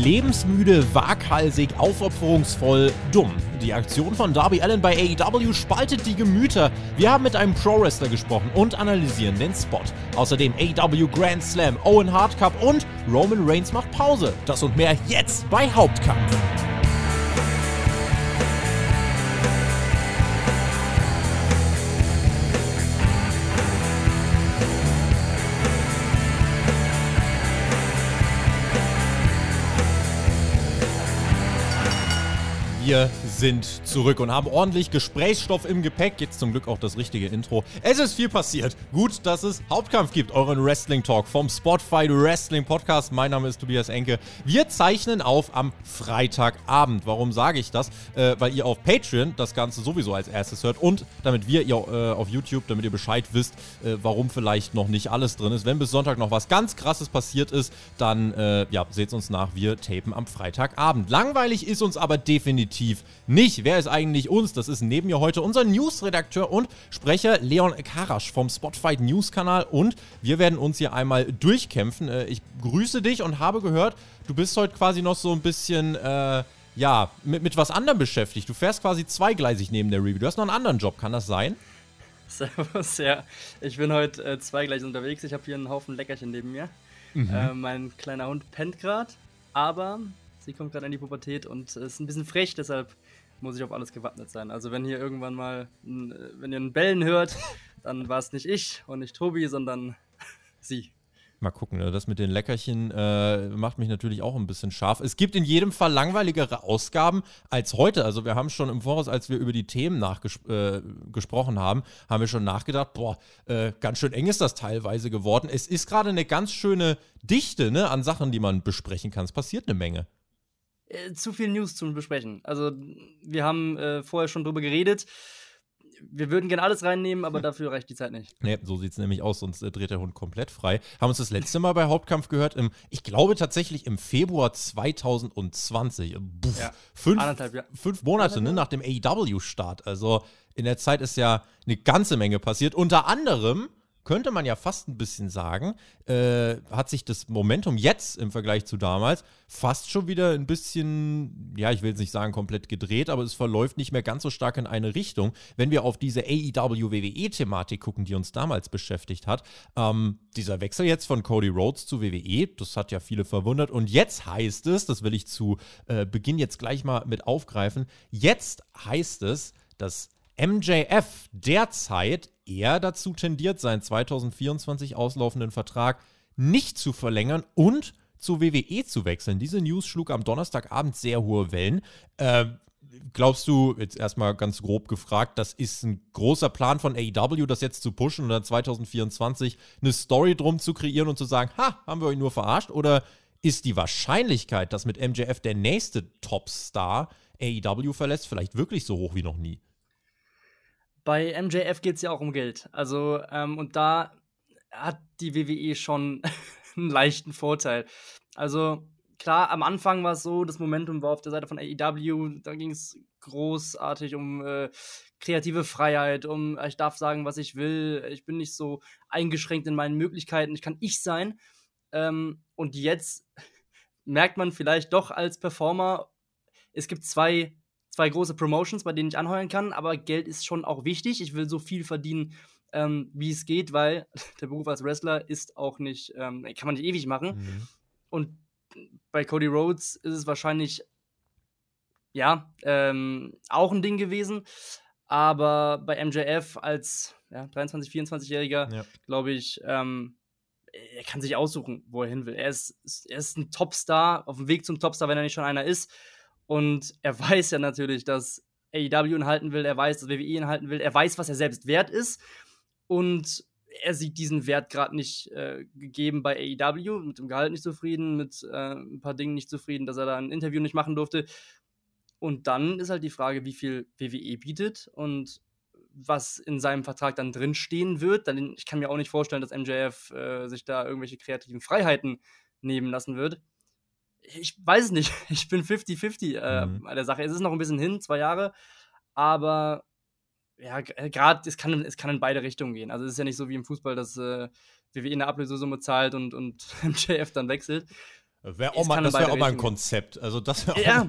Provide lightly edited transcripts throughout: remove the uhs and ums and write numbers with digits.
Lebensmüde, waghalsig, aufopferungsvoll, dumm. Die Aktion von Darby Allin bei AEW spaltet die Gemüter. Wir haben mit einem Pro-Wrestler gesprochen und analysieren den Spot. Außerdem AEW Grand Slam, Owen Hart Cup und Roman Reigns macht Pause. Das und mehr jetzt bei Hauptkampf. Wir sind zurück und haben ordentlich Gesprächsstoff im Gepäck. Jetzt zum Glück auch das richtige Intro. Es ist viel passiert. Gut, dass es Hauptkampf gibt, euren Wrestling-Talk vom Spotify Wrestling Podcast. Mein Name ist Tobias Enke. Wir zeichnen auf am Freitagabend. Warum sage ich das? Weil ihr auf Patreon das Ganze sowieso als erstes hört und damit ihr auf YouTube, damit ihr Bescheid wisst, warum vielleicht noch nicht alles drin ist. Wenn bis Sonntag noch was ganz Krasses passiert ist, dann seht uns nach. Wir tapen am Freitagabend. Langweilig ist uns aber definitiv nicht. Wer ist eigentlich uns? Das ist neben mir heute unser Newsredakteur und Sprecher Leon Karasch vom Spotify News-Kanal und wir werden uns hier einmal durchkämpfen. Ich grüße dich und habe gehört, du bist heute quasi noch so ein bisschen, mit was anderem beschäftigt. Du fährst quasi zweigleisig neben der Review. Du hast noch einen anderen Job, kann das sein? Servus, ja. Ich bin heute zweigleisig unterwegs. Ich habe hier einen Haufen Leckerchen neben mir. Mein kleiner Hund pennt gerade, aber sie kommt gerade in die Pubertät und ist ein bisschen frech, deshalb muss ich auf alles gewappnet sein. Also wenn hier irgendwann mal, wenn ihr ein Bellen hört, dann war es nicht ich und nicht Tobi, sondern sie. Mal gucken, das mit den Leckerchen macht mich natürlich auch ein bisschen scharf. Es gibt in jedem Fall langweiligere Ausgaben als heute. Also wir haben schon im Voraus, als wir über die Themen gesprochen haben, haben wir schon nachgedacht, ganz schön eng ist das teilweise geworden. Es ist gerade eine ganz schöne Dichte, an Sachen, die man besprechen kann. Es passiert eine Menge. Zu viel News zu besprechen. Also wir haben vorher schon drüber geredet. Wir würden gerne alles reinnehmen, aber dafür reicht die Zeit nicht. Nee, so sieht es nämlich aus, sonst dreht der Hund komplett frei. Haben uns das letzte Mal bei Hauptkampf gehört, ich glaube tatsächlich im Februar 2020. Fünf Monate nach dem AEW-Start. Also in der Zeit ist ja eine ganze Menge passiert. Unter anderem könnte man ja fast ein bisschen sagen, hat sich das Momentum jetzt im Vergleich zu damals fast schon wieder ein bisschen, ich will jetzt nicht sagen komplett gedreht, aber es verläuft nicht mehr ganz so stark in eine Richtung. Wenn wir auf diese AEW-WWE-Thematik gucken, die uns damals beschäftigt hat, dieser Wechsel jetzt von Cody Rhodes zu WWE, das hat ja viele verwundert und jetzt heißt es, das will ich zu Beginn jetzt gleich mal mit aufgreifen, jetzt heißt es, dass MJF derzeit eher dazu tendiert, seinen 2024 auslaufenden Vertrag nicht zu verlängern und zu WWE zu wechseln. Diese News schlug am Donnerstagabend sehr hohe Wellen. Glaubst du, jetzt erstmal ganz grob gefragt, das ist ein großer Plan von AEW, das jetzt zu pushen und dann 2024 eine Story drum zu kreieren und zu sagen, haben wir euch nur verarscht? Oder ist die Wahrscheinlichkeit, dass mit MJF der nächste Topstar AEW verlässt, vielleicht wirklich so hoch wie noch nie? Bei MJF geht es ja auch um Geld. Also, und da hat die WWE schon einen leichten Vorteil. Also, klar, am Anfang war es so, das Momentum war auf der Seite von AEW, da ging es großartig um kreative Freiheit, ich darf sagen, was ich will, ich bin nicht so eingeschränkt in meinen Möglichkeiten, ich kann ich sein. Und jetzt merkt man vielleicht doch als Performer, es gibt zwei große Promotions, bei denen ich anheuern kann, aber Geld ist schon auch wichtig. Ich will so viel verdienen, wie es geht, weil der Beruf als Wrestler ist auch nicht, kann man nicht ewig machen. Und bei Cody Rhodes ist es wahrscheinlich, auch ein Ding gewesen. Aber bei MJF als 23-, 24-Jähriger, glaube ich, er kann sich aussuchen, wo er hin will. Er ist ein Topstar, auf dem Weg zum Topstar, wenn er nicht schon einer ist. Und er weiß ja natürlich, dass AEW ihn halten will, er weiß, dass WWE ihn halten will, er weiß, was er selbst wert ist. Und er sieht diesen Wert gerade nicht gegeben bei AEW, mit dem Gehalt nicht zufrieden, mit ein paar Dingen nicht zufrieden, dass er da ein Interview nicht machen durfte. Und dann ist halt die Frage, wie viel WWE bietet und was in seinem Vertrag dann drinstehen wird. Ich kann mir auch nicht vorstellen, dass MJF sich da irgendwelche kreativen Freiheiten nehmen lassen wird. Ich weiß es nicht. Ich bin 50-50 bei der Sache. Es ist noch ein bisschen hin, 2 Jahre. Aber gerade es kann in beide Richtungen gehen. Also es ist ja nicht so wie im Fußball, dass WWE eine Ablösesumme zahlt und MJF dann wechselt. Das wäre auch mal ein Konzept. Also das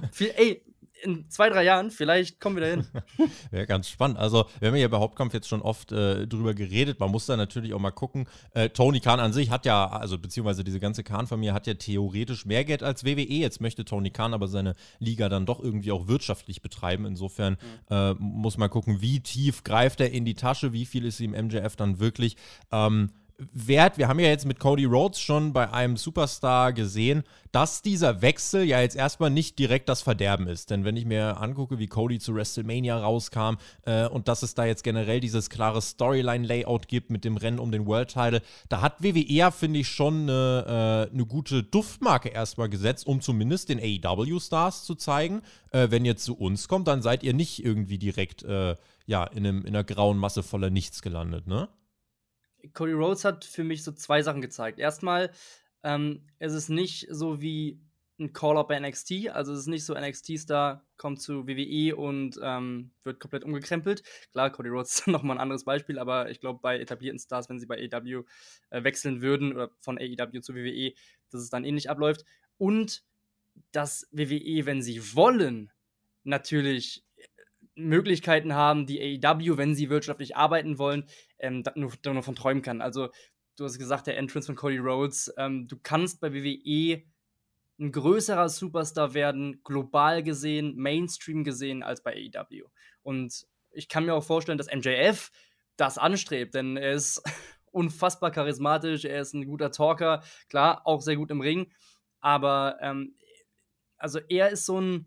in 2-3 Jahren, vielleicht kommen wir da hin. Wäre ganz spannend. Also, wir haben ja bei Hauptkampf jetzt schon oft drüber geredet. Man muss da natürlich auch mal gucken. Tony Khan an sich hat ja, also beziehungsweise diese ganze Khan-Familie hat ja theoretisch mehr Geld als WWE. Jetzt möchte Tony Khan aber seine Liga dann doch irgendwie auch wirtschaftlich betreiben. Insofern muss man gucken, wie tief greift er in die Tasche, wie viel ist ihm MJF dann wirklich wert. Wir haben ja jetzt mit Cody Rhodes schon bei einem Superstar gesehen, dass dieser Wechsel ja jetzt erstmal nicht direkt das Verderben ist. Denn wenn ich mir angucke, wie Cody zu WrestleMania rauskam und dass es da jetzt generell dieses klare Storyline-Layout gibt mit dem Rennen um den World-Title, da hat WWE ja, finde ich, schon eine gute Duftmarke erstmal gesetzt, um zumindest den AEW-Stars zu zeigen. Wenn ihr zu uns kommt, dann seid ihr nicht irgendwie direkt in einer grauen Masse voller Nichts gelandet, ne? Cody Rhodes hat für mich so 2 Sachen gezeigt. Erstmal, es ist nicht so wie ein Call-Up bei NXT. Also es ist nicht so, NXT-Star kommt zu WWE und wird komplett umgekrempelt. Klar, Cody Rhodes ist nochmal ein anderes Beispiel, aber ich glaube, bei etablierten Stars, wenn sie bei AEW wechseln würden oder von AEW zu WWE, dass es dann ähnlich abläuft. Und dass WWE, wenn sie wollen, natürlich Möglichkeiten haben, die AEW, wenn sie wirtschaftlich arbeiten wollen, nur von träumen kann. Also, du hast gesagt, der Entrance von Cody Rhodes, du kannst bei WWE ein größerer Superstar werden, global gesehen, Mainstream gesehen, als bei AEW. Und ich kann mir auch vorstellen, dass MJF das anstrebt, denn er ist unfassbar charismatisch, er ist ein guter Talker, klar, auch sehr gut im Ring, aber also er ist ein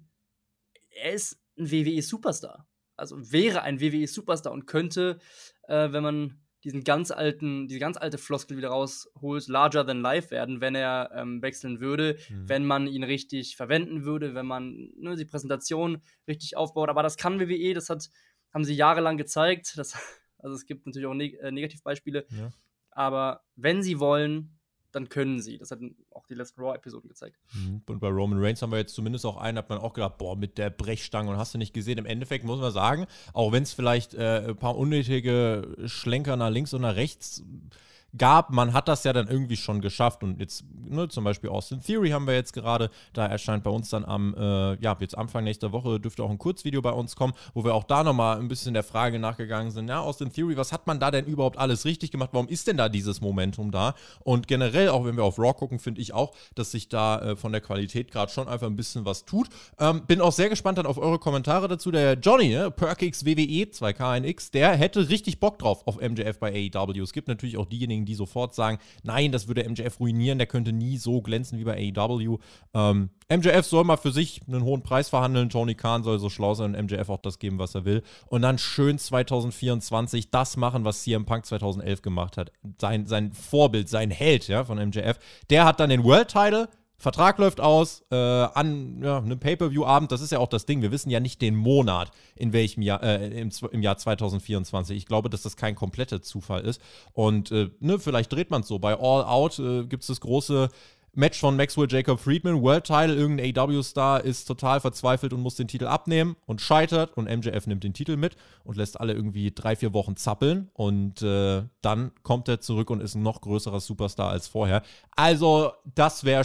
WWE-Superstar. Also wäre ein WWE-Superstar und könnte, wenn man diese ganz alte Floskel wieder rausholt, larger than life werden, wenn er wechseln würde, wenn man ihn richtig verwenden würde, wenn man die Präsentation richtig aufbaut. Aber das kann WWE, haben sie jahrelang gezeigt. Also es gibt natürlich auch Negativbeispiele. Ja. Aber wenn sie wollen, dann können sie. Das hat auch die letzten Raw-Episoden gezeigt. Und bei Roman Reigns haben wir jetzt zumindest auch einen, hat man auch gedacht, mit der Brechstange und hast du nicht gesehen. Im Endeffekt muss man sagen, auch wenn es vielleicht ein paar unnötige Schlenker nach links und nach rechts gab, man hat das ja dann irgendwie schon geschafft und jetzt, zum Beispiel Austin Theory haben wir jetzt gerade, da erscheint bei uns dann jetzt Anfang nächster Woche dürfte auch ein Kurzvideo bei uns kommen, wo wir auch da nochmal ein bisschen der Frage nachgegangen sind, Austin Theory, was hat man da denn überhaupt alles richtig gemacht, warum ist denn da dieses Momentum da und generell, auch wenn wir auf Raw gucken, finde ich auch, dass sich da von der Qualität gerade schon einfach ein bisschen was tut. Bin auch sehr gespannt dann auf eure Kommentare dazu, der Johnny, Perkix WWE, 2KNX, der hätte richtig Bock drauf auf MJF bei AEW. Es gibt natürlich auch diejenigen, die sofort sagen, nein, das würde MJF ruinieren, der könnte nie so glänzen wie bei AEW. MJF soll mal für sich einen hohen Preis verhandeln, Tony Khan soll so schlau sein und MJF auch das geben, was er will. Und dann schön 2024 das machen, was CM Punk 2011 gemacht hat. Sein Vorbild, sein Held von MJF. Der hat dann den World Title, Vertrag läuft aus, an einem Pay-Per-View-Abend, das ist ja auch das Ding, wir wissen ja nicht den Monat, in welchem Jahr, im Jahr 2024. Ich glaube, dass das kein kompletter Zufall ist. Und vielleicht dreht man es so. Bei All Out gibt es das große Match von Maxwell Jacob Friedman, World Title, irgendein AEW-Star ist total verzweifelt und muss den Titel abnehmen und scheitert und MJF nimmt den Titel mit und lässt alle irgendwie 3-4 Wochen zappeln und dann kommt er zurück und ist ein noch größerer Superstar als vorher. Also das wäre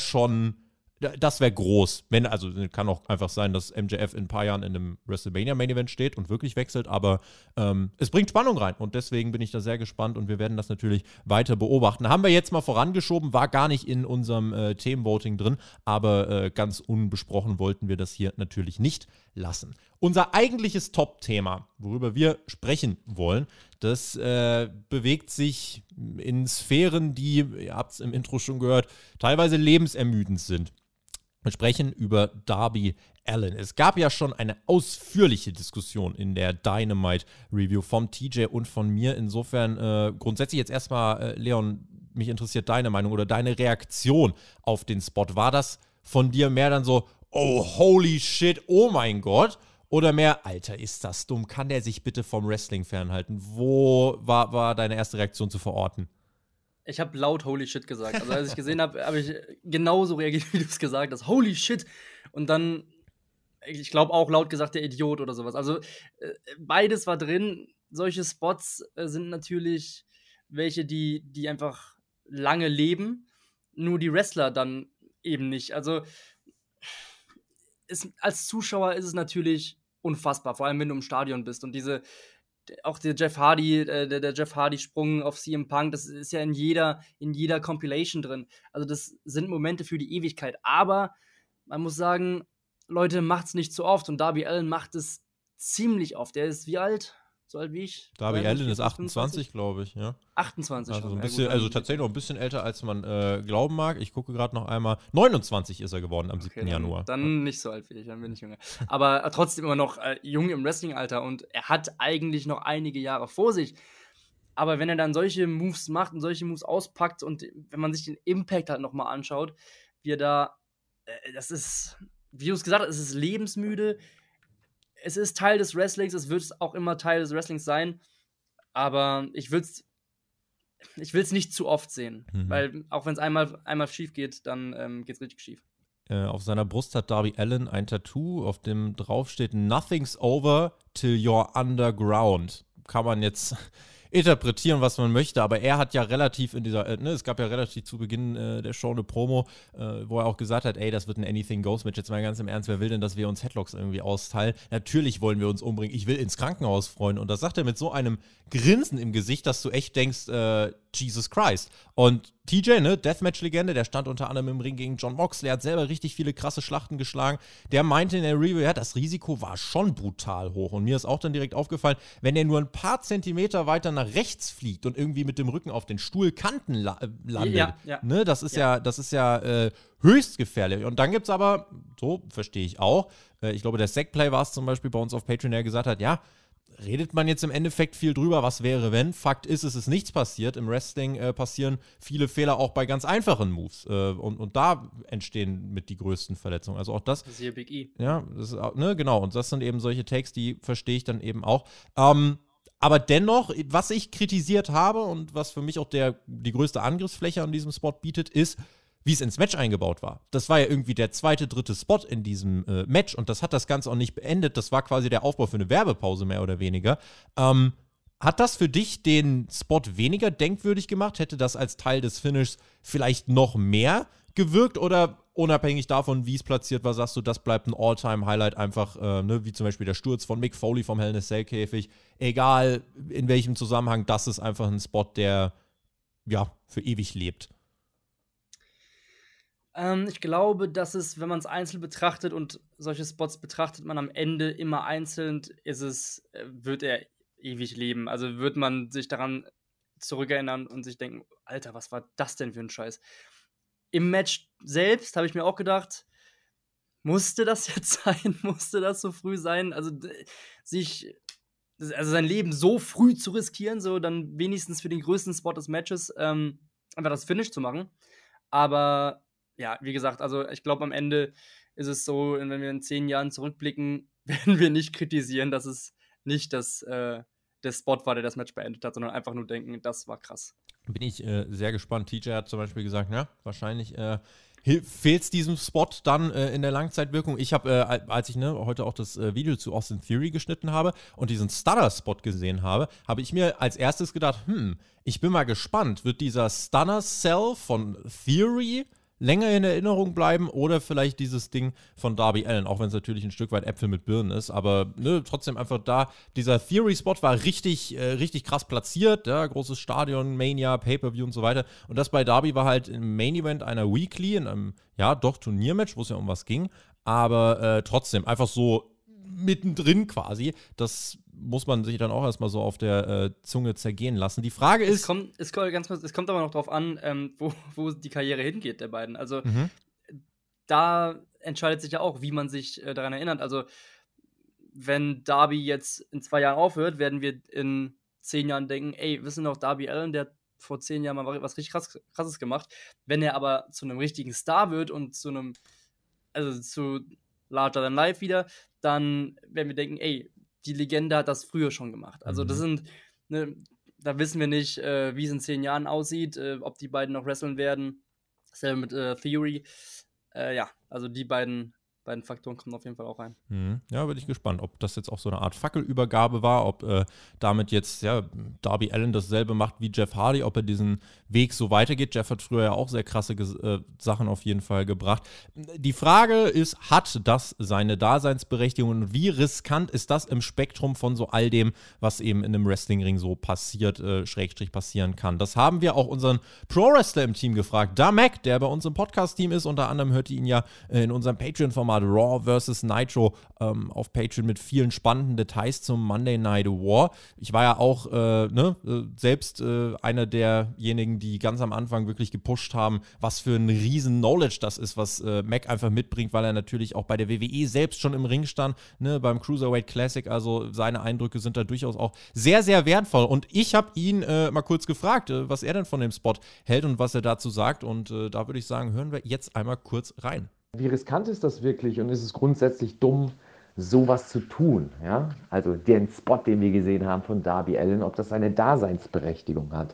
groß. Kann auch einfach sein, dass MJF in ein paar Jahren in einem WrestleMania Main Event steht und wirklich wechselt, aber es bringt Spannung rein und deswegen bin ich da sehr gespannt und wir werden das natürlich weiter beobachten. Haben wir jetzt mal vorangeschoben, war gar nicht in unserem Themenvoting drin, aber ganz unbesprochen wollten wir das hier natürlich nicht lassen. Unser eigentliches Top-Thema, worüber wir sprechen wollen, das bewegt sich in Sphären, die, ihr habt es im Intro schon gehört, teilweise lebensermüdend sind. Wir sprechen über Darby Allin. Es gab ja schon eine ausführliche Diskussion in der Dynamite-Review vom TJ und von mir. Insofern grundsätzlich jetzt erstmal, Leon, mich interessiert deine Meinung oder deine Reaktion auf den Spot. War das von dir mehr dann so, oh, holy shit, oh mein Gott? Oder mehr, Alter, ist das dumm? Kann der sich bitte vom Wrestling fernhalten? Wo war deine erste Reaktion zu verorten? Ich habe laut Holy Shit gesagt. Also als ich gesehen habe, habe ich genauso reagiert, wie du es gesagt hast. Holy Shit! Und dann, ich glaube auch laut gesagt, der Idiot oder sowas. Also beides war drin. Solche Spots sind natürlich welche, die einfach lange leben. Nur die Wrestler dann eben nicht. Also als Zuschauer ist es natürlich unfassbar, vor allem wenn du im Stadion bist und auch der Jeff Hardy-Sprung auf CM Punk, das ist ja in jeder Compilation drin. Also das sind Momente für die Ewigkeit. Aber man muss sagen, Leute, macht's nicht so oft. Und Darby Allin macht es ziemlich oft. Der ist wie alt? So alt wie ich? Darby Allin ist 28, glaube ich, ja. 28 also schon. Ein bisschen, also tatsächlich noch ein bisschen älter, als man glauben mag. Ich gucke gerade noch einmal. 29 ist er geworden am 7. Januar. Dann nicht so alt wie ich, dann bin ich jünger. Aber trotzdem immer noch jung im Wrestling-Alter und er hat eigentlich noch einige Jahre vor sich. Aber wenn er dann solche Moves macht und solche Moves auspackt und wenn man sich den Impact halt nochmal anschaut, wie er da, das ist, wie du es gesagt hast, es ist lebensmüde. Es ist Teil des Wrestlings, es wird auch immer Teil des Wrestlings sein, aber ich will es nicht zu oft sehen, weil auch wenn es einmal schief geht, dann geht es richtig schief. Auf seiner Brust hat Darby Allin ein Tattoo, auf dem drauf steht Nothing's over till you're underground. Kann man jetzt interpretieren, was man möchte, aber er hat ja relativ in dieser, es gab ja relativ zu Beginn der Show eine Promo, wo er auch gesagt hat, ey, das wird ein Anything-Goes-Match, jetzt mal ganz im Ernst, wer will denn, dass wir uns Headlocks irgendwie austeilen? Natürlich wollen wir uns umbringen, ich will ins Krankenhaus freuen und das sagt er mit so einem Grinsen im Gesicht, dass du echt denkst, Jesus Christ. Und TJ, ne, Deathmatch-Legende, der stand unter anderem im Ring gegen Jon Moxley, hat selber richtig viele krasse Schlachten geschlagen. Der meinte in der Review, ja, das Risiko war schon brutal hoch. Und mir ist auch dann direkt aufgefallen, wenn er nur ein paar Zentimeter weiter nach rechts fliegt und irgendwie mit dem Rücken auf den Stuhlkanten landet, ne, das ist ja höchst gefährlich. Und dann gibt's aber, so verstehe ich auch, ich glaube, der Zackplay war es zum Beispiel bei uns auf Patreon, der gesagt hat, ja, redet man jetzt im Endeffekt viel drüber, was wäre, wenn? Fakt ist, es ist nichts passiert. Im Wrestling passieren viele Fehler auch bei ganz einfachen Moves. Und da entstehen mit die größten Verletzungen. Also auch das. Das ist hier Big E. Ja, das ist, ne, genau. Und das sind eben solche Takes, die verstehe ich dann eben auch. Aber dennoch, was ich kritisiert habe und was für mich auch die größte Angriffsfläche an diesem Spot bietet, ist, wie es ins Match eingebaut war. Das war ja irgendwie der zweite, dritte Spot in diesem Match und das hat das Ganze auch nicht beendet. Das war quasi der Aufbau für eine Werbepause, mehr oder weniger. Hat das für dich den Spot weniger denkwürdig gemacht? Hätte das als Teil des Finishs vielleicht noch mehr gewirkt oder unabhängig davon, wie es platziert war, sagst du, das bleibt ein All-Time-Highlight einfach, wie zum Beispiel der Sturz von Mick Foley vom Hell in a Cell-Käfig. Egal in welchem Zusammenhang, das ist einfach ein Spot, der ja für ewig lebt. Ich glaube, dass es, wenn man es einzeln betrachtet und solche Spots betrachtet man am Ende immer einzeln, wird er ewig leben. Also wird man sich daran zurückerinnern und sich denken, Alter, was war das denn für ein Scheiß? Im Match selbst habe ich mir auch gedacht, musste das jetzt sein? Musste das so früh sein? Also sein Leben so früh zu riskieren, so dann wenigstens für den größten Spot des Matches einfach das Finish zu machen. Aber ja, wie gesagt, also ich glaube, am Ende ist es so, wenn wir in 10 Jahren zurückblicken, werden wir nicht kritisieren, dass es nicht der Spot war, der das Match beendet hat, sondern einfach nur denken, das war krass. Bin ich sehr gespannt. TJ hat zum Beispiel gesagt, ja, wahrscheinlich fehlt es diesem Spot dann in der Langzeitwirkung. Ich habe, als ich heute auch das Video zu Austin Theory geschnitten habe und diesen Stunner-Spot gesehen habe, habe ich mir als erstes gedacht, ich bin mal gespannt, wird dieser Stunner-Cell von Theory länger in Erinnerung bleiben oder vielleicht dieses Ding von Darby Allin, auch wenn es natürlich ein Stück weit Äpfel mit Birnen ist, aber trotzdem einfach da, dieser Theory-Spot war richtig krass platziert, ja, großes Stadion, Mania, Pay-Per-View und so weiter und das bei Darby war halt im Main-Event einer Weekly, in einem, ja, doch Turniermatch, wo es ja um was ging, aber trotzdem einfach so mittendrin quasi, das muss man sich dann auch erstmal so auf der Zunge zergehen lassen. Die Frage ist... Es kommt aber noch drauf an, wo die Karriere hingeht der beiden. Also da entscheidet sich ja auch, wie man sich daran erinnert. Also wenn Darby jetzt in 2 Jahren aufhört, werden wir in 10 Jahren denken, ey, wissen noch, Darby Allin, der hat vor 10 Jahren mal was richtig Krasses gemacht. Wenn er aber zu einem richtigen Star wird und zu Larger Than Life wieder, dann werden wir denken, ey, die Legende hat das früher schon gemacht. Also das sind, da wissen wir nicht, wie es in 10 Jahren aussieht, ob die beiden noch wresteln werden. Dasselbe mit Theory. Ja, also die beiden beiden Faktoren kommen auf jeden Fall auch rein. Ja, bin ich gespannt, ob das jetzt auch so eine Art Fackelübergabe war, ob damit jetzt Darby Allin dasselbe macht wie Jeff Hardy, ob er diesen Weg so weitergeht. Jeff hat früher ja auch sehr krasse Sachen auf jeden Fall gebracht. Die Frage ist, hat das seine Daseinsberechtigung und wie riskant ist das im Spektrum von so all dem, was eben in einem Wrestlingring so passiert, Schrägstrich passieren kann? Das haben wir auch unseren Pro-Wrestler im Team gefragt. Damek, der bei uns im Podcast-Team ist, unter anderem hört ihr ihn ja in unserem Patreon-Format Raw vs. Nitro auf Patreon mit vielen spannenden Details zum Monday Night War. Ich war ja auch selbst einer derjenigen, die ganz am Anfang wirklich gepusht haben, was für ein riesen Knowledge das ist, was Mac einfach mitbringt, weil er natürlich auch bei der WWE selbst schon im Ring stand, ne, beim Cruiserweight Classic, also seine Eindrücke sind da durchaus auch sehr, sehr wertvoll. Und ich habe ihn mal kurz gefragt, was er denn von dem Spot hält und was er dazu sagt. Und da würde ich sagen, hören wir jetzt einmal kurz rein. Wie riskant ist das wirklich und ist es grundsätzlich dumm, sowas zu tun? Ja? Also den Spot, den wir gesehen haben von Darby Allin, ob das eine Daseinsberechtigung hat.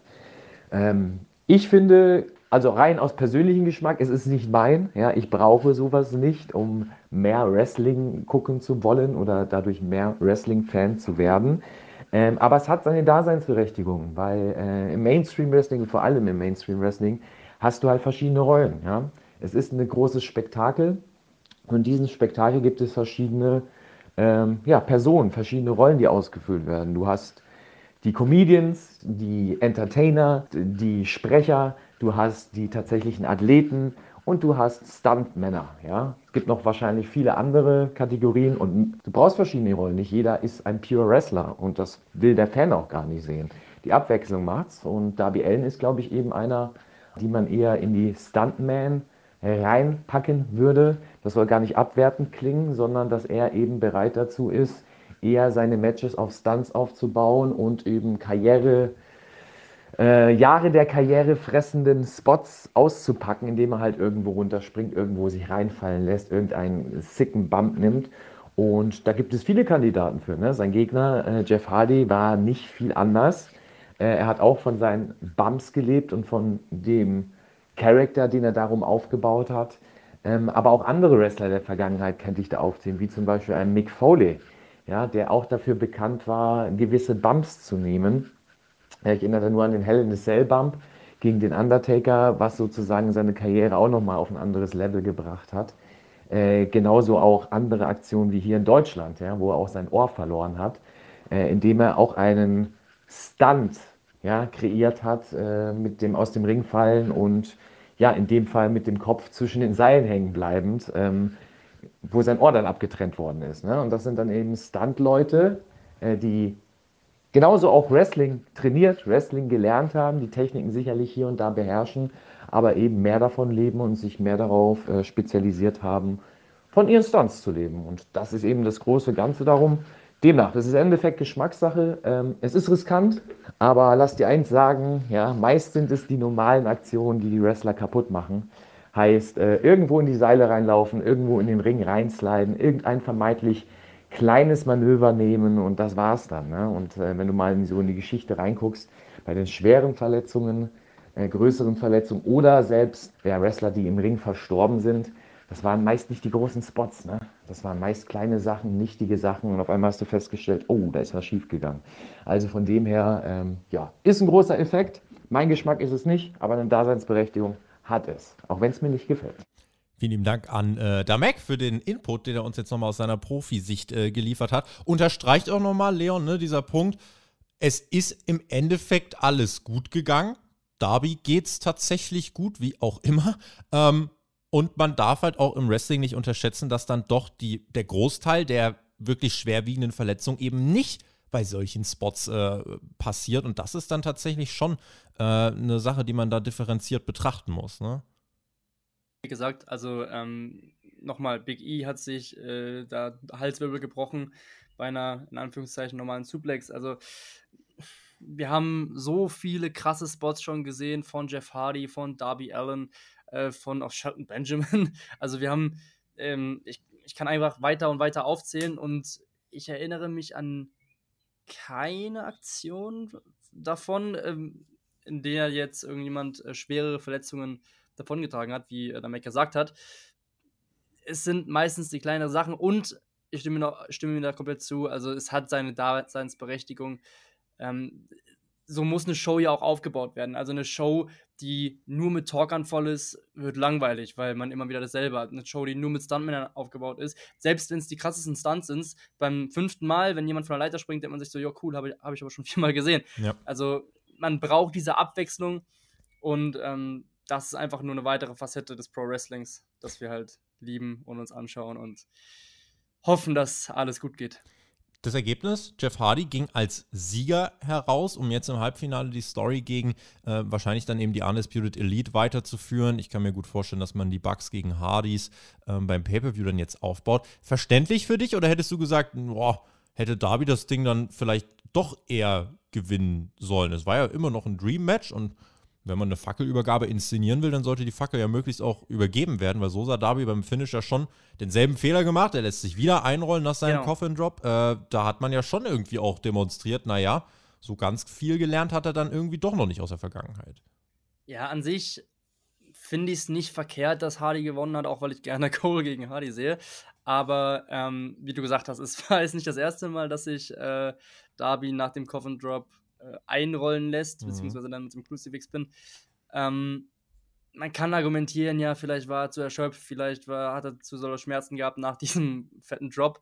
Ich finde, also rein aus persönlichem Geschmack, es ist nicht mein. Ja? Ich brauche sowas nicht, um mehr Wrestling gucken zu wollen oder dadurch mehr Wrestling-Fan zu werden. Aber es hat seine Daseinsberechtigung, weil im Mainstream-Wrestling, vor allem im Mainstream-Wrestling, hast du halt verschiedene Rollen. Ja? Es ist ein großes Spektakel und in diesem Spektakel gibt es verschiedene Personen, verschiedene Rollen, die ausgefüllt werden. Du hast die Comedians, die Entertainer, die Sprecher, du hast die tatsächlichen Athleten und du hast Stuntmänner. Ja? Es gibt noch wahrscheinlich viele andere Kategorien und du brauchst verschiedene Rollen. Nicht jeder ist ein Pure Wrestler und das will der Fan auch gar nicht sehen. Die Abwechslung macht's und Darby Allin ist, glaube ich, eben einer, die man eher in die Stuntman reinpacken würde. Das soll gar nicht abwertend klingen, sondern dass er eben bereit dazu ist, eher seine Matches auf Stunts aufzubauen und eben Jahre der Karriere fressenden Spots auszupacken, indem er halt irgendwo runterspringt, irgendwo sich reinfallen lässt, irgendeinen sicken Bump nimmt. Und da gibt es viele Kandidaten für. Ne? Sein Gegner Jeff Hardy war nicht viel anders. Er hat auch von seinen Bumps gelebt und von dem Charakter, den er darum aufgebaut hat. Aber auch andere Wrestler der Vergangenheit könnte ich da aufzählen, wie zum Beispiel ein Mick Foley, ja, der auch dafür bekannt war, gewisse Bumps zu nehmen. Ich erinnere nur an den Hell in a Cell Bump gegen den Undertaker, was sozusagen seine Karriere auch nochmal auf ein anderes Level gebracht hat. Genauso auch andere Aktionen wie hier in Deutschland, ja, wo er auch sein Ohr verloren hat, indem er auch einen Stunt kreiert hat, mit dem aus dem Ring fallen und ja, in dem Fall mit dem Kopf zwischen den Seilen hängen bleibend, wo sein Ohr dann abgetrennt worden ist. Ne? Und das sind dann eben Stunt-Leute, die genauso auch Wrestling trainiert, Wrestling gelernt haben, die Techniken sicherlich hier und da beherrschen, aber eben mehr davon leben und sich mehr darauf spezialisiert haben, von ihren Stunts zu leben. Und das ist eben das große Ganze darum. Demnach, das ist im Endeffekt Geschmackssache. Es ist riskant, aber lass dir eins sagen, ja, meist sind es die normalen Aktionen, die die Wrestler kaputt machen. Heißt, irgendwo in die Seile reinlaufen, irgendwo in den Ring reinsliden, irgendein vermeintlich kleines Manöver nehmen und das war's dann. Ne? Und wenn du mal so in die Geschichte reinguckst, bei den schweren Verletzungen, größeren Verletzungen oder selbst Wrestler, die im Ring verstorben sind, das waren meist nicht die großen Spots. Ne? Das waren meist kleine Sachen, nichtige Sachen und auf einmal hast du festgestellt, oh, da ist was schief gegangen. Also von dem her, ist ein großer Effekt. Mein Geschmack ist es nicht, aber eine Daseinsberechtigung hat es, auch wenn es mir nicht gefällt. Vielen lieben Dank an Damek für den Input, den er uns jetzt nochmal aus seiner Profisicht geliefert hat. Unterstreicht auch nochmal, Leon, ne, dieser Punkt, es ist im Endeffekt alles gut gegangen. Darby geht's tatsächlich gut, wie auch immer. Und man darf halt auch im Wrestling nicht unterschätzen, dass dann doch der Großteil der wirklich schwerwiegenden Verletzungen eben nicht bei solchen Spots passiert. Und das ist dann tatsächlich schon eine Sache, die man da differenziert betrachten muss, ne? Wie gesagt, also nochmal, Big E hat sich da Halswirbel gebrochen bei einer, in Anführungszeichen, normalen Suplex. Also wir haben so viele krasse Spots schon gesehen von Jeff Hardy, von Darby Allin, von auch Shelton Benjamin. Also wir haben, ich kann einfach weiter und weiter aufzählen und ich erinnere mich an keine Aktion davon, in der jetzt irgendjemand schwerere Verletzungen davongetragen hat, wie der Mac gesagt hat. es sind meistens die kleineren Sachen und ich stimme mir da komplett zu, also es hat seine Daseinsberechtigung. So muss eine Show ja auch aufgebaut werden. Also eine Show, die nur mit Talkern voll ist, wird langweilig, weil man immer wieder dasselbe hat. Eine Show, die nur mit Stuntmännern aufgebaut ist, selbst wenn es die krassesten Stunts sind, beim 5. Mal, wenn jemand von der Leiter springt, denkt man sich so, ja cool, habe ich aber schon 4-mal gesehen. Ja. Also man braucht diese Abwechslung und das ist einfach nur eine weitere Facette des Pro-Wrestlings, das wir halt lieben und uns anschauen und hoffen, dass alles gut geht. Das Ergebnis, Jeff Hardy ging als Sieger heraus, um jetzt im Halbfinale die Story gegen wahrscheinlich dann eben die Undisputed Elite weiterzuführen. Ich kann mir gut vorstellen, dass man die Bucks gegen Hardys beim Pay-Per-View dann jetzt aufbaut. Verständlich für dich oder hättest du gesagt, boah, hätte Darby das Ding dann vielleicht doch eher gewinnen sollen? Es war ja immer noch ein Dream-Match und wenn man eine Fackelübergabe inszenieren will, dann sollte die Fackel ja möglichst auch übergeben werden, weil so sah Darby beim Finisher schon denselben Fehler gemacht. Er lässt sich wieder einrollen nach seinem Coffin-Drop. Da hat man ja schon irgendwie auch demonstriert, naja, so ganz viel gelernt hat er dann irgendwie doch noch nicht aus der Vergangenheit. Ja, an sich finde ich es nicht verkehrt, dass Hardy gewonnen hat, auch weil ich gerne Cole gegen Hardy sehe. Aber wie du gesagt hast, es war jetzt nicht das erste Mal, dass sich Darby nach dem Coffin-Drop einrollen lässt, beziehungsweise dann mit dem Crucifix-Pin. Man kann argumentieren, ja, vielleicht war er zu erschöpft, vielleicht hat er zu dolle Schmerzen gehabt nach diesem fetten Drop.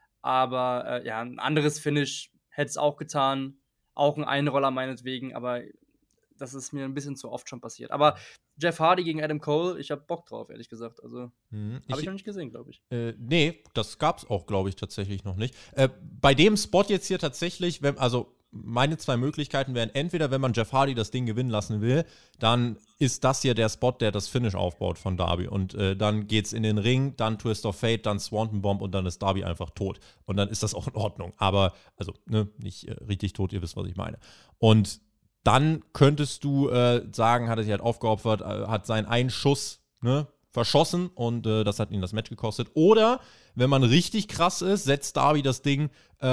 Aber ein anderes Finish hätte es auch getan. Auch ein Einroller meinetwegen, aber das ist mir ein bisschen zu oft schon passiert. Aber Jeff Hardy gegen Adam Cole, ich habe Bock drauf, ehrlich gesagt. Also, habe ich noch nicht gesehen, glaube ich. Nee, das gab es auch, glaube ich, tatsächlich noch nicht. Bei dem Spot jetzt hier tatsächlich, meine 2 Möglichkeiten wären, entweder wenn man Jeff Hardy das Ding gewinnen lassen will, dann ist das hier der Spot, der das Finish aufbaut von Darby. Und dann geht's in den Ring, dann Twist of Fate, dann Swanton Bomb und dann ist Darby einfach tot. Und dann ist das auch in Ordnung. Aber, also, nicht richtig tot, ihr wisst, was ich meine. Und dann könntest du sagen, hat er sich halt aufgeopfert, hat seinen einen Schuss, verschossen und das hat ihn das Match gekostet. Oder, wenn man richtig krass ist, setzt Darby das Ding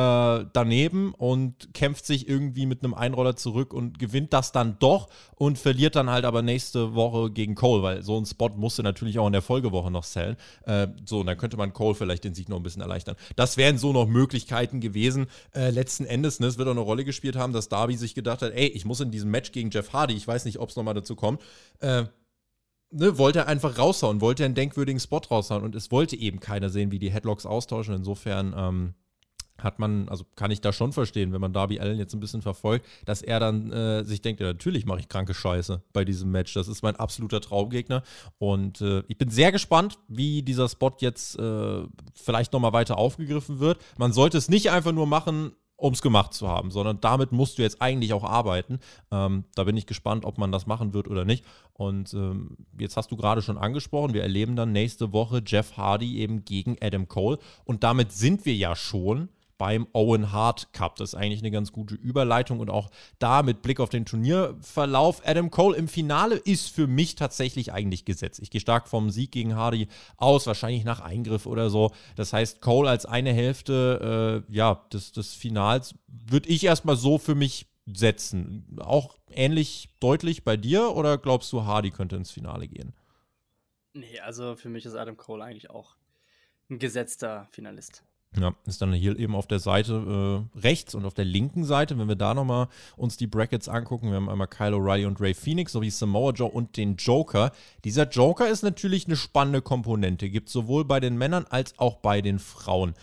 daneben und kämpft sich irgendwie mit einem Einroller zurück und gewinnt das dann doch und verliert dann halt aber nächste Woche gegen Cole, weil so ein Spot musste natürlich auch in der Folgewoche noch sellen. Und dann könnte man Cole vielleicht den Sieg noch ein bisschen erleichtern. Das wären so noch Möglichkeiten gewesen. Letzten Endes, es wird auch eine Rolle gespielt haben, dass Darby sich gedacht hat, ey, ich muss in diesem Match gegen Jeff Hardy, ich weiß nicht, ob es nochmal dazu kommt, wollte er einfach raushauen, wollte einen denkwürdigen Spot raushauen und es wollte eben keiner sehen, wie die Headlocks austauschen. Insofern kann ich da schon verstehen, wenn man Darby Allin jetzt ein bisschen verfolgt, dass er dann sich denkt, ja, natürlich mache ich kranke Scheiße bei diesem Match. Das ist mein absoluter Traumgegner und ich bin sehr gespannt, wie dieser Spot jetzt vielleicht nochmal weiter aufgegriffen wird. Man sollte es nicht einfach nur machen, um es gemacht zu haben, sondern damit musst du jetzt eigentlich auch arbeiten. Da bin ich gespannt, ob man das machen wird oder nicht. Und jetzt hast du gerade schon angesprochen, wir erleben dann nächste Woche Jeff Hardy eben gegen Adam Cole. Und damit sind wir ja schon beim Owen Hart Cup. Das ist eigentlich eine ganz gute Überleitung und auch da mit Blick auf den Turnierverlauf. Adam Cole im Finale ist für mich tatsächlich eigentlich gesetzt. Ich gehe stark vom Sieg gegen Hardy aus, wahrscheinlich nach Eingriff oder so. Das heißt, Cole als eine Hälfte des Finals würde ich erstmal so für mich setzen. Auch ähnlich deutlich bei dir oder glaubst du, Hardy könnte ins Finale gehen? Nee, also für mich ist Adam Cole eigentlich auch ein gesetzter Finalist. Ja, ist dann hier eben auf der Seite rechts und auf der linken Seite, wenn wir da nochmal uns die Brackets angucken, wir haben einmal Kyle O'Reilly und Rey Fenix sowie Samoa Joe und den Joker. Dieser Joker ist natürlich eine spannende Komponente, gibt es sowohl bei den Männern als auch bei den Frauen.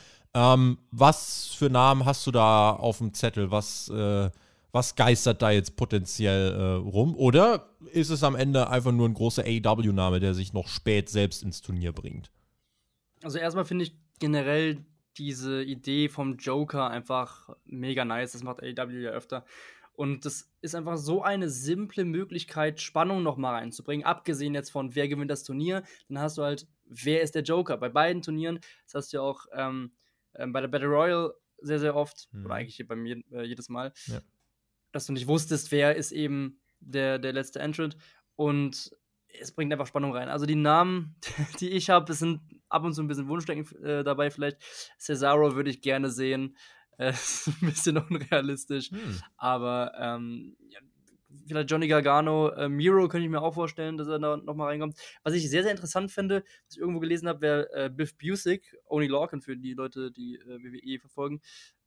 Was für Namen hast du da auf dem Zettel? Was geistert da jetzt potenziell rum? Oder ist es am Ende einfach nur ein großer AEW-Name, der sich noch spät selbst ins Turnier bringt? Also erstmal finde ich generell diese Idee vom Joker einfach mega nice. Das macht AEW ja öfter. Und das ist einfach so eine simple Möglichkeit, Spannung nochmal reinzubringen. Abgesehen jetzt von, wer gewinnt das Turnier, dann hast du halt, wer ist der Joker? Bei beiden Turnieren, das hast du ja auch bei der Battle Royale sehr, sehr oft, oder eigentlich bei mir jedes Mal, dass du nicht wusstest, wer ist eben der letzte Entrant. Und es bringt einfach Spannung rein. Also die Namen, die ich habe, sind ab und zu ein bisschen Wunschdenken dabei vielleicht. Cesaro würde ich gerne sehen. Ist ein bisschen unrealistisch. Aber vielleicht Johnny Gargano, Miro könnte ich mir auch vorstellen, dass er da nochmal reinkommt. Was ich sehr, sehr interessant finde, was ich irgendwo gelesen habe, wäre Biff Busick, Oney Lorcan für die Leute, die WWE verfolgen.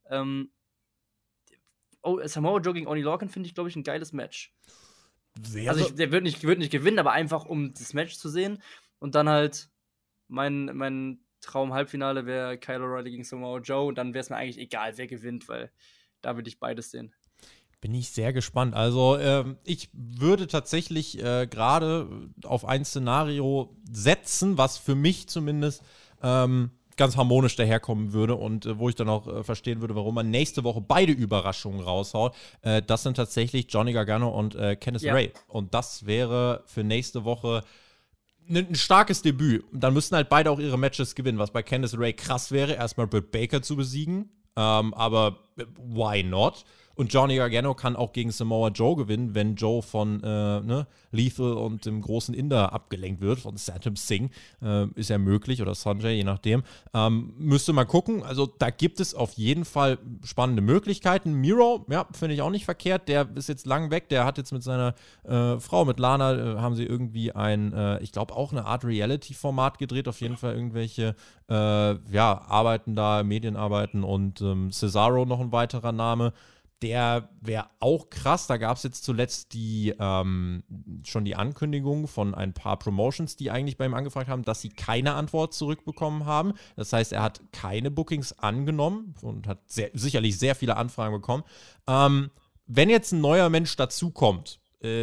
Samoa Joe gegen Oney Lorcan finde ich, glaube ich, ein geiles Match. Der wird nicht gewinnen, aber einfach um das Match zu sehen. Und dann halt mein Traum-Halbfinale wäre Kyle O'Reilly gegen Samoa Joe. Und dann wäre es mir eigentlich egal, wer gewinnt, weil da würde ich beides sehen. Bin ich sehr gespannt. Also ich würde tatsächlich gerade auf ein Szenario setzen, was für mich zumindest ganz harmonisch daherkommen würde und wo ich dann auch verstehen würde, warum man nächste Woche beide Überraschungen raushaut. Das sind tatsächlich Johnny Gargano und Candice Ray. Und das wäre für nächste Woche ein starkes Debüt. Dann müssten halt beide auch ihre Matches gewinnen, was bei Candice Ray krass wäre, erstmal Britt Baker zu besiegen. Aber why not? Und Johnny Gargano kann auch gegen Samoa Joe gewinnen, wenn Joe von Lethal und dem großen Inder abgelenkt wird, von Satnam Singh. Ist ja möglich, oder Sanjay, je nachdem. Müsste man gucken. Also da gibt es auf jeden Fall spannende Möglichkeiten. Miro, ja, finde ich auch nicht verkehrt. Der ist jetzt lang weg. Der hat jetzt mit seiner Frau, mit Lana, haben sie irgendwie ich glaube auch eine Art Reality-Format gedreht. Auf jeden Fall irgendwelche Arbeiten da, Medienarbeiten und Cesaro noch ein weiterer Name. Der wäre auch krass. Da gab es jetzt zuletzt schon die Ankündigung von ein paar Promotions, die eigentlich bei ihm angefragt haben, dass sie keine Antwort zurückbekommen haben. Das heißt, er hat keine Bookings angenommen und hat sicherlich sehr viele Anfragen bekommen. Wenn jetzt ein neuer Mensch dazukommt,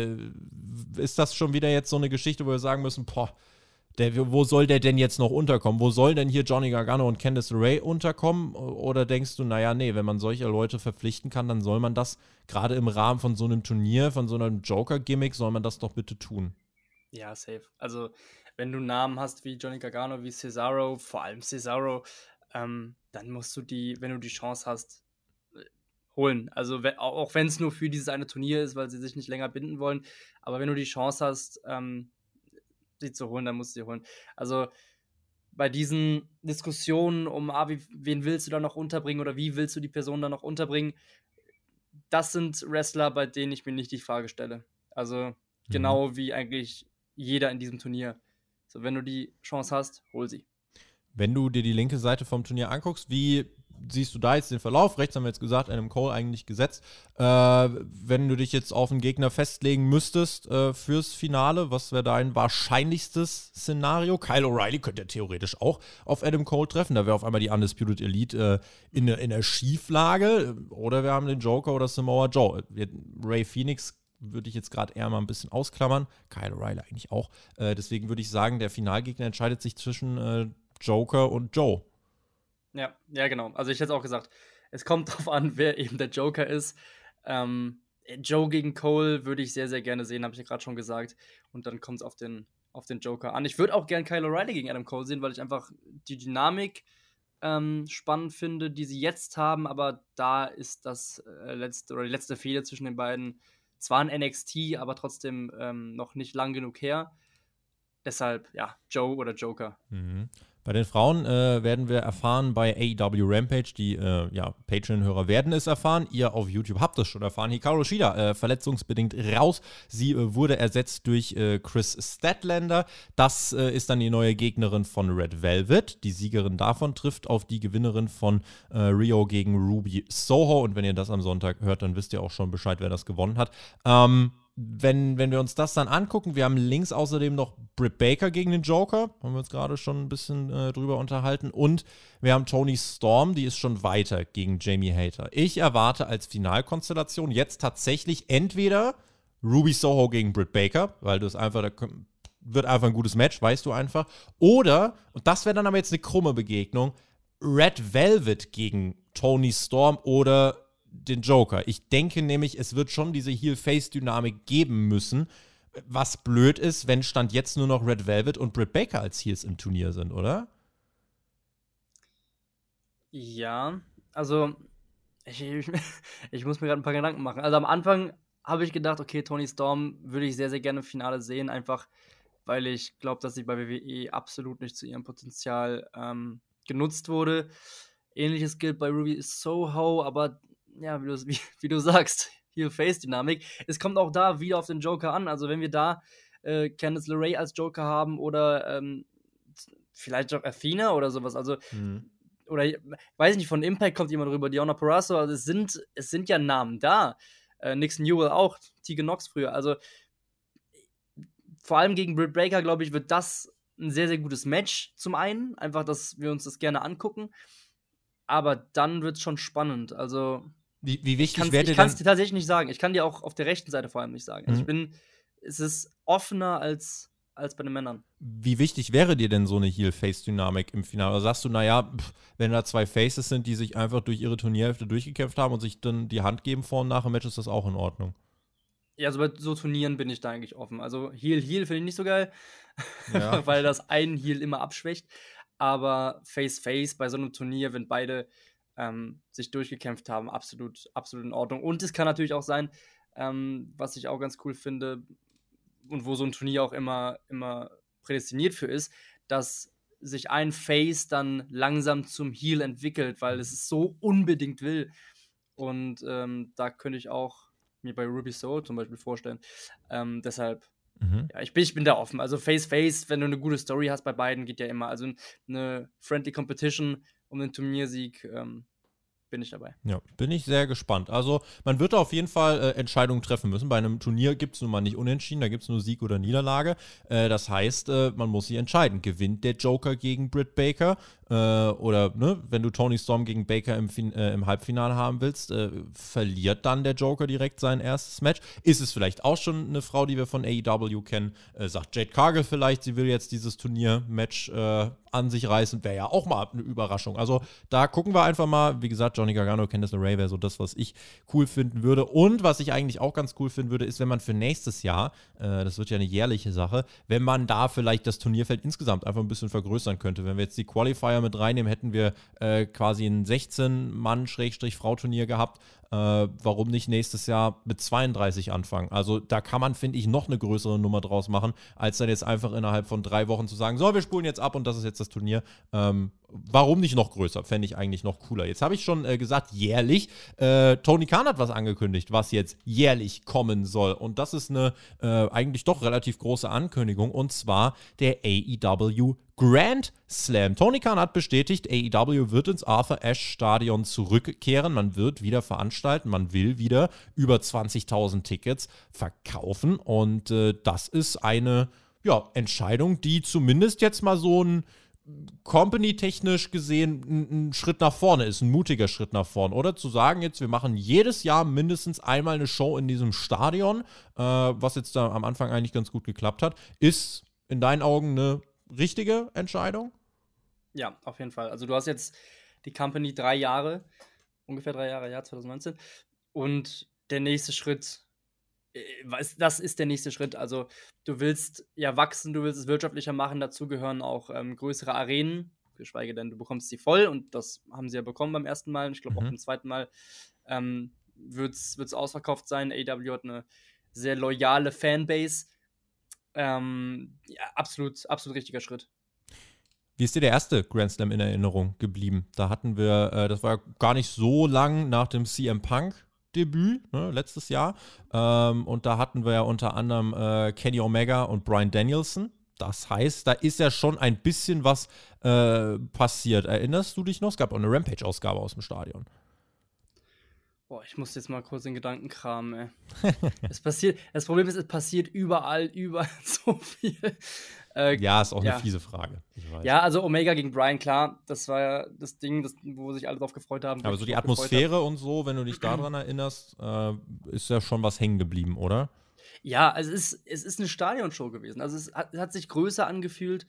ist das schon wieder jetzt so eine Geschichte, wo wir sagen müssen, wo soll der denn jetzt noch unterkommen? Wo soll denn hier Johnny Gargano und Candice LeRae unterkommen? Oder denkst du, wenn man solche Leute verpflichten kann, dann soll man das gerade im Rahmen von so einem Turnier, von so einem Joker-Gimmick, soll man das doch bitte tun? Ja, safe. Also, wenn du Namen hast wie Johnny Gargano, wie Cesaro, vor allem Cesaro, dann musst du wenn du die Chance hast, holen. Also, auch wenn es nur für dieses eine Turnier ist, weil sie sich nicht länger binden wollen. Aber wenn du die Chance hast, sie zu holen, dann musst du sie holen. Also bei diesen Diskussionen wen willst du da noch unterbringen oder wie willst du die Person da noch unterbringen, das sind Wrestler, bei denen ich mir nicht die Frage stelle. Also genau wie eigentlich jeder in diesem Turnier. So, wenn du die Chance hast, hol sie. Wenn du dir die linke Seite vom Turnier anguckst, wie siehst du da jetzt den Verlauf? Rechts haben wir jetzt gesagt, Adam Cole eigentlich gesetzt. Wenn du dich jetzt auf einen Gegner festlegen müsstest fürs Finale, was wäre dein wahrscheinlichstes Szenario? Kyle O'Reilly könnte ja theoretisch auch auf Adam Cole treffen. Da wäre auf einmal die Undisputed Elite in der Schieflage. Oder wir haben den Joker oder Samoa Joe. Ray Phoenix würde ich jetzt gerade eher mal ein bisschen ausklammern. Kyle O'Reilly eigentlich auch. Deswegen würde ich sagen, der Finalgegner entscheidet sich zwischen Joker und Joe. Ja, genau. Also ich hätte auch gesagt, es kommt drauf an, wer eben der Joker ist. Joe gegen Cole würde ich sehr, sehr gerne sehen, habe ich ja gerade schon gesagt. Und dann kommt es auf den Joker an. Ich würde auch gerne Kyle O'Reilly gegen Adam Cole sehen, weil ich einfach die Dynamik spannend finde, die sie jetzt haben. Aber da ist die letzte Fehde zwischen den beiden zwar ein NXT, aber trotzdem noch nicht lang genug her. Deshalb, ja, Joe oder Joker. Mhm. Bei den Frauen werden wir erfahren bei AEW Rampage, die Patreon-Hörer werden es erfahren, ihr auf YouTube habt es schon erfahren, Hikaru Shida verletzungsbedingt raus, sie wurde ersetzt durch Chris Statlander, das ist dann die neue Gegnerin von Red Velvet, die Siegerin davon trifft auf die Gewinnerin von Rio gegen Ruby Soho und wenn ihr das am Sonntag hört, dann wisst ihr auch schon Bescheid, wer das gewonnen hat. Wenn wir uns das dann angucken, wir haben links außerdem noch Britt Baker gegen den Joker, haben wir uns gerade schon ein bisschen drüber unterhalten, und wir haben Toni Storm, die ist schon weiter gegen Jamie Hayter. Ich erwarte als Finalkonstellation jetzt tatsächlich entweder Ruby Soho gegen Britt Baker, weil das wird einfach ein gutes Match, weißt du einfach, oder, und das wäre dann aber jetzt eine krumme Begegnung, Red Velvet gegen Toni Storm oder den Joker. Ich denke nämlich, es wird schon diese Heel-Face-Dynamik geben müssen, was blöd ist, wenn Stand jetzt nur noch Red Velvet und Britt Baker als Heels im Turnier sind, oder? Ja, also ich muss mir gerade ein paar Gedanken machen. Also am Anfang habe ich gedacht, okay, Toni Storm würde ich sehr, sehr gerne im Finale sehen, einfach weil ich glaube, dass sie bei WWE absolut nicht zu ihrem Potenzial genutzt wurde. Ähnliches gilt bei Ruby Soho, aber ja, wie du sagst, Heel-Face-Dynamik. Es kommt auch da wieder auf den Joker an. Also wenn wir da Candice LeRae als Joker haben oder vielleicht auch Athena oder sowas. Also oder weiß ich nicht, von Impact kommt jemand rüber, Deonna Purrazzo. Also es sind ja Namen da. Nixon Newell auch, Tegan Nox früher. Also vor allem gegen Britt Baker, glaube ich, wird das ein sehr, sehr gutes Match zum einen. Einfach, dass wir uns das gerne angucken. Aber dann wird es schon spannend. Also wie wichtig wäre ich kann es dir tatsächlich nicht sagen. Ich kann dir auch auf der rechten Seite vor allem nicht sagen. Also es ist offener als bei den Männern. Wie wichtig wäre dir denn so eine Heel-Face-Dynamik im Finale? Oder sagst du, naja, wenn da zwei Faces sind, die sich einfach durch ihre Turnierhälfte durchgekämpft haben und sich dann die Hand geben vor und nach dem Match, ist das auch in Ordnung? Ja, also bei so Turnieren bin ich da eigentlich offen. Also Heel finde ich nicht so geil, weil das einen Heel immer abschwächt. Aber Face bei so einem Turnier, wenn beide sich durchgekämpft haben, absolut in Ordnung. Und es kann natürlich auch sein, was ich auch ganz cool finde und wo so ein Turnier auch immer prädestiniert für ist, dass sich ein Face dann langsam zum Heel entwickelt, weil es so unbedingt will. Und da könnte ich auch mir bei Ruby Soho zum Beispiel vorstellen. Deshalb, ja, ich bin da offen. Also Face, wenn du eine gute Story hast bei beiden, geht ja immer. Also eine Friendly Competition um den Turniersieg, bin ich dabei. Ja, bin ich sehr gespannt. Also man wird auf jeden Fall Entscheidungen treffen müssen. Bei einem Turnier gibt es nun mal nicht Unentschieden, da gibt es nur Sieg oder Niederlage. Das heißt, man muss sich entscheiden. Gewinnt der Joker gegen Britt Baker? Oder ne, wenn du Toni Storm gegen Baker im Halbfinale haben willst, verliert dann der Joker direkt sein erstes Match? Ist es vielleicht auch schon eine Frau, die wir von AEW kennen? Sagt Jade Cargill vielleicht, sie will jetzt dieses Turnier-Match an sich reißen? Wäre ja auch mal eine Überraschung. Also da gucken wir einfach mal. Wie gesagt, Johnny Gargano, Candice LeRae wäre so das, was ich cool finden würde. Und was ich eigentlich auch ganz cool finden würde, ist, wenn man für nächstes Jahr, das wird ja eine jährliche Sache, wenn man da vielleicht das Turnierfeld insgesamt einfach ein bisschen vergrößern könnte. Wenn wir jetzt die Qualifier mit reinnehmen, hätten wir quasi ein 16-Mann-Frau-Turnier gehabt. Warum nicht nächstes Jahr mit 32 anfangen? Also da kann man, finde ich, noch eine größere Nummer draus machen, als dann jetzt einfach innerhalb von 3 Wochen zu sagen, so, wir spulen jetzt ab und das ist jetzt das Turnier. Warum nicht noch größer? Fände ich eigentlich noch cooler. Jetzt habe ich schon gesagt, jährlich. Tony Khan hat was angekündigt, was jetzt jährlich kommen soll. Und das ist eine eigentlich doch relativ große Ankündigung. Und zwar der AEW Grand Slam. Tony Khan hat bestätigt, AEW wird ins Arthur Ashe Stadion zurückkehren. Man wird wieder veranstalten. Man will wieder über 20.000 Tickets verkaufen. Und das ist eine Entscheidung, die zumindest jetzt mal so ein Company-technisch gesehen ein Schritt nach vorne ist, ein mutiger Schritt nach vorne. Oder zu sagen jetzt, wir machen jedes Jahr mindestens einmal eine Show in diesem Stadion, was jetzt da am Anfang eigentlich ganz gut geklappt hat, ist in deinen Augen eine richtige Entscheidung? Ja, auf jeden Fall. Also du hast jetzt die Company ungefähr 3 Jahre, Jahr 2019. Und der nächste Schritt, das ist der nächste Schritt. Also du willst ja wachsen, du willst es wirtschaftlicher machen, dazu gehören auch größere Arenen, geschweige denn, du bekommst sie voll und das haben sie ja bekommen beim ersten Mal. Und ich glaube auch beim zweiten Mal wird's ausverkauft sein. AEW hat eine sehr loyale Fanbase. Ja, absolut richtiger Schritt. Wie ist dir der erste Grand Slam in Erinnerung geblieben? Da hatten wir, das war gar nicht so lang nach dem CM Punk Debüt, ne, letztes Jahr. Und da hatten wir ja unter anderem Kenny Omega und Bryan Danielson. Das heißt, da ist ja schon ein bisschen was passiert. Erinnerst du dich noch? Es gab auch eine Rampage-Ausgabe aus dem Stadion. Boah, ich muss jetzt mal kurz in Gedanken kramen, ey. Das Problem ist, es passiert überall so viel. Ja, ist auch eine fiese Frage. Ja, also Omega gegen Bryan, klar, das war ja das Ding, wo sich alle drauf gefreut haben. Aber so die Atmosphäre und so, wenn du dich daran erinnerst, ist ja schon was hängen geblieben, oder? Ja, also es ist eine Stadionshow gewesen. Also es hat sich größer angefühlt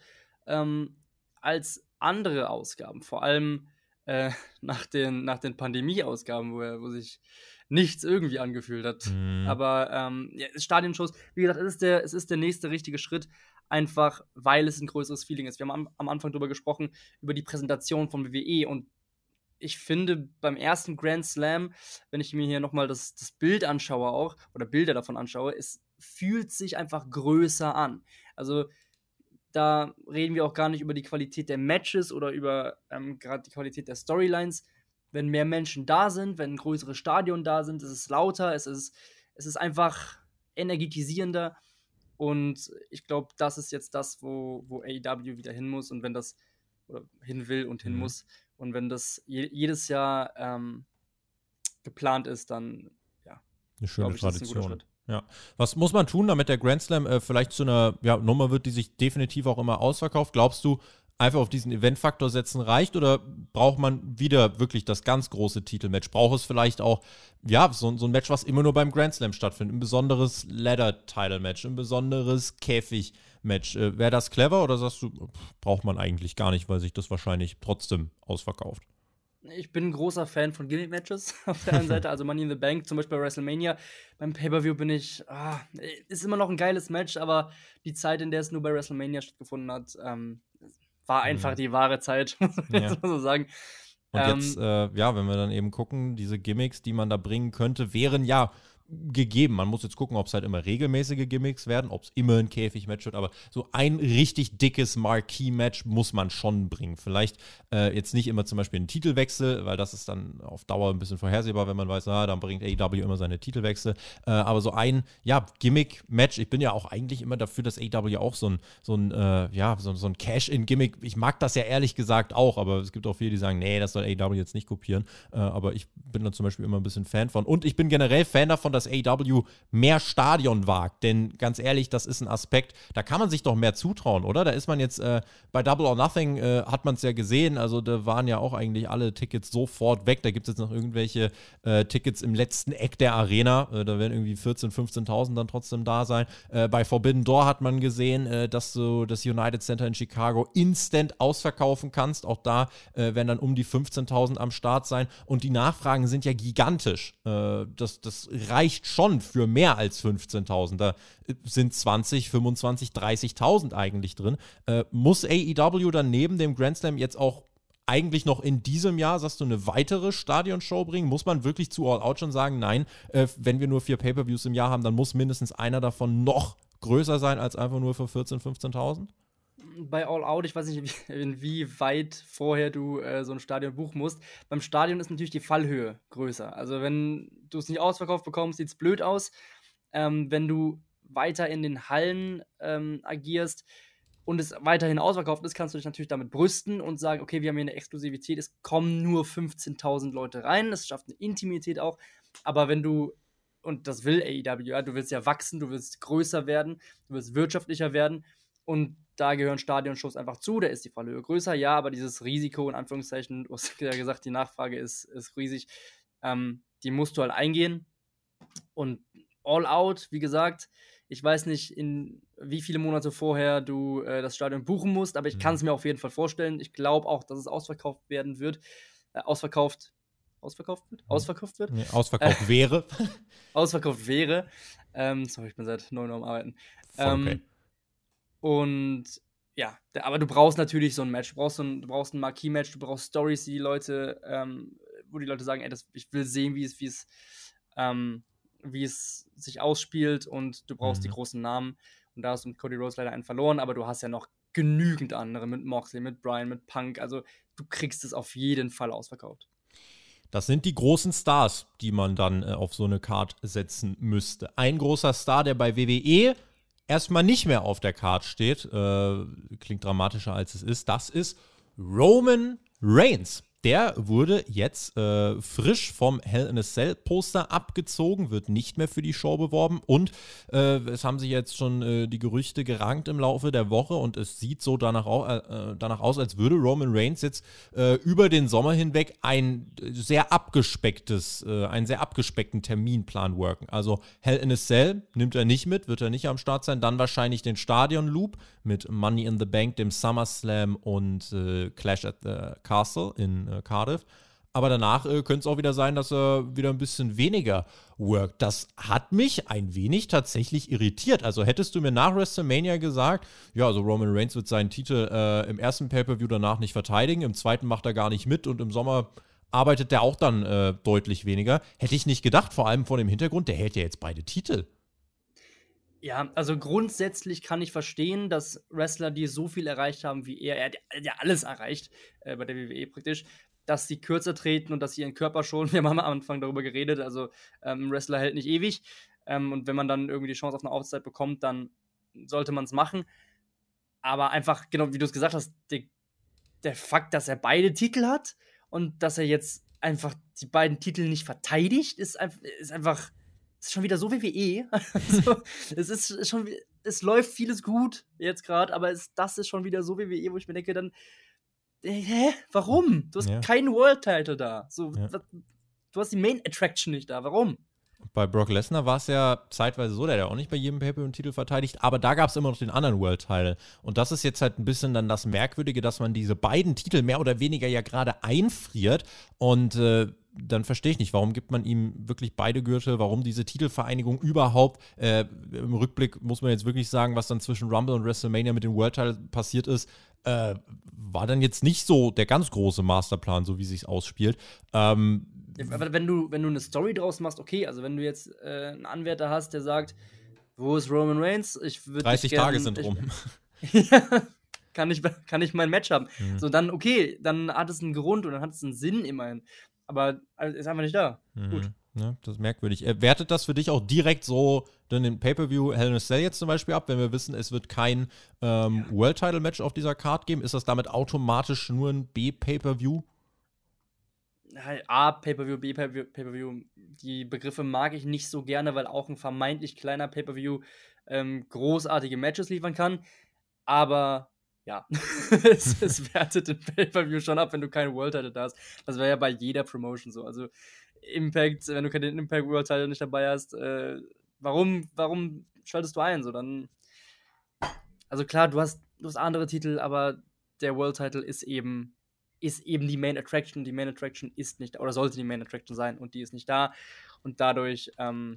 als andere Ausgaben. Vor allem nach den Pandemie-Ausgaben, wo sich nichts irgendwie angefühlt hat. Aber Stadionshows, wie gesagt, es ist der nächste richtige Schritt, einfach weil es ein größeres Feeling ist. Wir haben am Anfang darüber gesprochen, über die Präsentation von WWE, und ich finde, beim ersten Grand Slam, wenn ich mir hier nochmal das Bild anschaue auch, oder Bilder davon anschaue, es fühlt sich einfach größer an. Also da reden wir auch gar nicht über die Qualität der Matches oder über gerade die Qualität der Storylines. wenn mehr Menschen da sind, wenn größere Stadien da sind, ist es lauter, es ist einfach energetisierender. Und ich glaube, das ist jetzt das, wo AEW wieder hin muss und wenn das, oder hin will und hin muss. Und wenn das jedes Jahr geplant ist, dann, ja, eine schöne Tradition. Das ist ein guter Schritt. Ja. Was muss man tun, damit der Grand Slam vielleicht zu einer Nummer wird, die sich definitiv auch immer ausverkauft? Glaubst du, einfach auf diesen Eventfaktor setzen reicht oder braucht man wieder wirklich das ganz große Titelmatch? Braucht es vielleicht auch so ein Match, was immer nur beim Grand Slam stattfindet? Ein besonderes Ladder-Title-Match, ein besonderes Käfig-Match. Wäre das clever oder sagst du, braucht man eigentlich gar nicht, weil sich das wahrscheinlich trotzdem ausverkauft? Ich bin ein großer Fan von Gimmick-Matches auf der einen Seite, also Money in the Bank, zum Beispiel bei WrestleMania. Beim Pay-Per-View bin ich, ist immer noch ein geiles Match, aber die Zeit, in der es nur bei WrestleMania stattgefunden hat, war einfach die wahre Zeit, muss man jetzt mal so sagen. Und jetzt, wenn wir dann eben gucken, diese Gimmicks, die man da bringen könnte, wären gegeben. Man muss jetzt gucken, ob es halt immer regelmäßige Gimmicks werden, ob es immer ein Käfigmatch wird, aber so ein richtig dickes Marquee-Match muss man schon bringen. Vielleicht jetzt nicht immer zum Beispiel einen Titelwechsel, weil das ist dann auf Dauer ein bisschen vorhersehbar, wenn man weiß, dann bringt AEW immer seine Titelwechsel. Aber so ein Gimmick-Match, ich bin ja auch eigentlich immer dafür, dass AEW auch so ein Cash-In-Gimmick, ich mag das ja ehrlich gesagt auch, aber es gibt auch viele, die sagen, nee, das soll AEW jetzt nicht kopieren. Aber ich bin da zum Beispiel immer ein bisschen Fan von. Und ich bin generell Fan davon, dass AEW mehr Stadion wagt. Denn ganz ehrlich, das ist ein Aspekt, da kann man sich doch mehr zutrauen, oder? Da ist man jetzt bei Double or Nothing, hat man es ja gesehen, also da waren ja auch eigentlich alle Tickets sofort weg. Da gibt es jetzt noch irgendwelche Tickets im letzten Eck der Arena. Da werden irgendwie 14.000, 15.000 dann trotzdem da sein. Bei Forbidden Door hat man gesehen, dass du das United Center in Chicago instant ausverkaufen kannst. Auch da werden dann um die 15.000 am Start sein. Und die Nachfragen sind ja gigantisch. Das reicht schon für mehr als 15.000. Da sind 20, 25, 30.000 eigentlich drin. Muss AEW dann neben dem Grand Slam jetzt auch eigentlich noch in diesem Jahr, sagst du, eine weitere Stadionshow bringen? Muss man wirklich zu All Out schon sagen, nein, wenn wir nur 4 Pay-Per-Views im Jahr haben, dann muss mindestens einer davon noch größer sein als einfach nur für 14.000, 15.000? Bei All Out, ich weiß nicht, inwieweit vorher du so ein Stadion buchen musst. Beim Stadion ist natürlich die Fallhöhe größer. Also wenn du es nicht ausverkauft bekommst, sieht es blöd aus. Wenn du weiter in den Hallen agierst und es weiterhin ausverkauft ist, kannst du dich natürlich damit brüsten und sagen, okay, wir haben hier eine Exklusivität, es kommen nur 15.000 Leute rein, es schafft eine Intimität auch. Aber wenn du, und das will AEW, du willst ja wachsen, du willst größer werden, du willst wirtschaftlicher werden und da gehören Stadionshows einfach zu, da ist die Fallhöhe größer, ja, aber dieses Risiko, in Anführungszeichen, du hast ja gesagt, die Nachfrage ist riesig, die musst du halt eingehen. Und All Out, wie gesagt, ich weiß nicht, in wie viele Monate vorher du das Stadion buchen musst, aber ich kann es mir auf jeden Fall vorstellen. Ich glaube auch, dass es ausverkauft werden wird. Ausverkauft wird? Nee, ausverkauft wäre. Ausverkauft wäre. Sorry, ich bin seit 9 Uhr am Arbeiten. Okay. Und ja, aber du brauchst natürlich so ein Match. Du brauchst ein Marquee-Match, du brauchst Stories, die Leute, wo die Leute sagen, ey, ich will sehen, wie es sich ausspielt und du brauchst die großen Namen. Und da hast du mit Cody Rhodes leider einen verloren, aber du hast ja noch genügend andere mit Moxley, mit Bryan, mit Punk. Also du kriegst es auf jeden Fall ausverkauft. Das sind die großen Stars, die man dann auf so eine Card setzen müsste. Ein großer Star, der bei WWE erstmal nicht mehr auf der Card steht, klingt dramatischer als es ist, das ist Roman Reigns. Der wurde jetzt frisch vom Hell in a Cell Poster abgezogen, wird nicht mehr für die Show beworben und es haben sich jetzt schon die Gerüchte gerankt im Laufe der Woche und es sieht so danach aus, als würde Roman Reigns jetzt über den Sommer hinweg einen sehr abgespeckten Terminplan worken. Also Hell in a Cell nimmt er nicht mit, wird er nicht am Start sein, dann wahrscheinlich den Stadion Loop mit Money in the Bank, dem SummerSlam und Clash at the Castle in Cardiff. Aber danach könnte es auch wieder sein, dass er wieder ein bisschen weniger workt. Das hat mich ein wenig tatsächlich irritiert. Also hättest du mir nach WrestleMania gesagt, ja, also Roman Reigns wird seinen Titel im ersten Pay-Per-View danach nicht verteidigen, im zweiten macht er gar nicht mit und im Sommer arbeitet der auch dann deutlich weniger. Hätte ich nicht gedacht, vor allem vor dem Hintergrund, der hält ja jetzt beide Titel. Ja, also grundsätzlich kann ich verstehen, dass Wrestler, die so viel erreicht haben wie er hat ja alles erreicht, bei der WWE praktisch, dass sie kürzer treten und dass sie ihren Körper schonen. Wir haben am Anfang darüber geredet, also ein Wrestler hält nicht ewig. Und wenn man dann irgendwie die Chance auf eine Auszeit bekommt, dann sollte man es machen. Aber einfach, genau wie du es gesagt hast, der Fakt, dass er beide Titel hat und dass er jetzt einfach die beiden Titel nicht verteidigt, ist schon wieder so WWE. Also, es läuft vieles gut jetzt gerade, aber das ist schon wieder so WWE, wo ich mir denke, dann warum? Du hast keinen World Title da. So, du hast die Main Attraction nicht da. Warum? Bei Brock Lesnar war es ja zeitweise so, der hat ja auch nicht bei jedem Pay-Per-View einen Titel verteidigt, aber da gab es immer noch den anderen World Title. Und das ist jetzt halt ein bisschen dann das Merkwürdige, dass man diese beiden Titel mehr oder weniger ja gerade einfriert. Und dann verstehe ich nicht, warum gibt man ihm wirklich beide Gürtel, warum diese Titelvereinigung überhaupt. Im Rückblick muss man jetzt wirklich sagen, was dann zwischen Rumble und WrestleMania mit dem World Title passiert ist, war dann jetzt nicht so der ganz große Masterplan, so wie sich's ausspielt. Aber wenn du eine Story draus machst, okay, also wenn du jetzt einen Anwärter hast, der sagt, wo ist Roman Reigns? 30 Tage sind rum. Ja, kann ich mein Match haben. So, dann okay, dann hat es einen Grund und dann hat es einen Sinn immerhin. Aber ist einfach nicht da. Gut. Ja, das ist merkwürdig. Wertet das für dich auch direkt so dann den Pay-Per-View Hell in a Cell jetzt zum Beispiel ab, wenn wir wissen, es wird kein World-Title-Match auf dieser Card geben? Ist das damit automatisch nur ein B-Pay-Per-View? A, Pay-Per-View, B, Pay-Per-View. Die Begriffe mag ich nicht so gerne, weil auch ein vermeintlich kleiner Pay-Per-View großartige Matches liefern kann. Aber ja, es wertet den Pay-Per-View schon ab, wenn du keinen World-Title da hast. Das wäre ja bei jeder Promotion so. Also Impact, wenn du keinen Impact World-Title nicht dabei hast, warum schaltest du ein? So, dann, also klar, du hast andere Titel, aber der World-Title ist eben die Main Attraction. Die Main Attraction ist nicht, oder sollte die Main Attraction sein, und die ist nicht da. Und dadurch,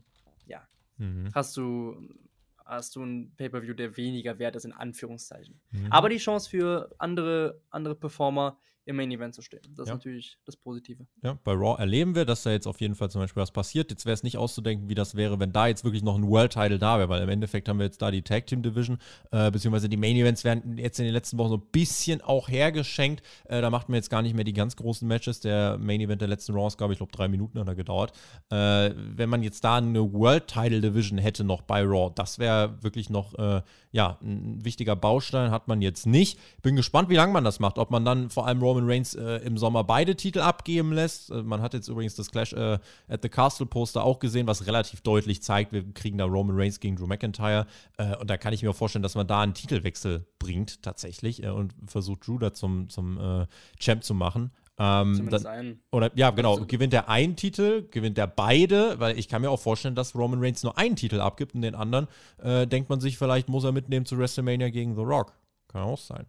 hast du einen Pay-Per-View, der weniger wert ist, in Anführungszeichen. Aber die Chance für andere Performer im Main Event zu stehen. Das ist natürlich das Positive. Ja, bei Raw erleben wir, dass da jetzt auf jeden Fall zum Beispiel was passiert. Jetzt wäre es nicht auszudenken, wie das wäre, wenn da jetzt wirklich noch ein World-Title da wäre, weil im Endeffekt haben wir jetzt da die Tag-Team-Division, beziehungsweise die Main-Events werden jetzt in den letzten Wochen so ein bisschen auch hergeschenkt. Da macht man jetzt gar nicht mehr die ganz großen Matches. Der Main-Event der letzten Raw ist, glaube ich, 3 Minuten hat er gedauert. Wenn man jetzt da eine World-Title-Division hätte noch bei Raw, das wäre wirklich noch ein wichtiger Baustein, hat man jetzt nicht. Bin gespannt, wie lange man das macht. Ob man dann vor allem Roman Reigns im Sommer beide Titel abgeben lässt. Man hat jetzt übrigens das Clash at the Castle Poster auch gesehen, was relativ deutlich zeigt, wir kriegen da Roman Reigns gegen Drew McIntyre. Und da kann ich mir auch vorstellen, dass man da einen Titelwechsel bringt tatsächlich und versucht, Drew da zum Champ zu machen. Zumindest einen. Oder, ja, genau. Gewinnt er einen Titel, gewinnt er beide, weil ich kann mir auch vorstellen, dass Roman Reigns nur einen Titel abgibt und den anderen denkt man sich, vielleicht muss er mitnehmen zu WrestleMania gegen The Rock. Kann auch sein.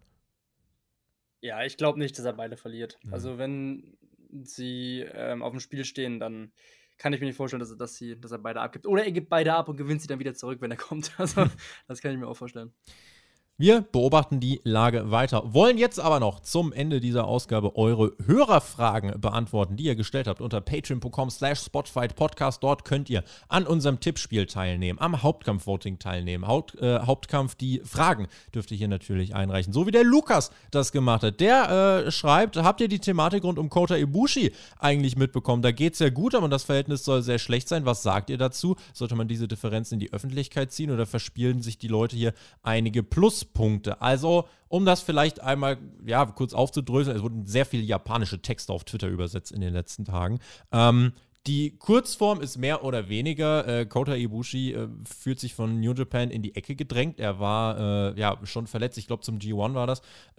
Ja, ich glaube nicht, dass er beide verliert. Also wenn sie auf dem Spiel stehen, dann kann ich mir nicht vorstellen, dass er beide abgibt. Oder er gibt beide ab und gewinnt sie dann wieder zurück, wenn er kommt. Also das kann ich mir auch vorstellen. Wir beobachten die Lage weiter, wollen jetzt aber noch zum Ende dieser Ausgabe eure Hörerfragen beantworten, die ihr gestellt habt unter patreon.com/spotfightpodcast. Dort könnt ihr an unserem Tippspiel teilnehmen, am Hauptkampf-Voting teilnehmen. Hauptkampf, die Fragen dürft ihr hier natürlich einreichen, so wie der Lukas das gemacht hat. Der schreibt, habt ihr die Thematik rund um Kota Ibushi eigentlich mitbekommen? Da geht es ja gut, aber das Verhältnis soll sehr schlecht sein. Was sagt ihr dazu? Sollte man diese Differenzen in die Öffentlichkeit ziehen oder verspielen sich die Leute hier einige Pluspunkte? Also, um das vielleicht einmal kurz aufzudröseln, es wurden sehr viele japanische Texte auf Twitter übersetzt in den letzten Tagen. Die Kurzform ist mehr oder weniger, Kota Ibushi fühlt sich von New Japan in die Ecke gedrängt. Er war schon verletzt, ich glaube zum G1 war das.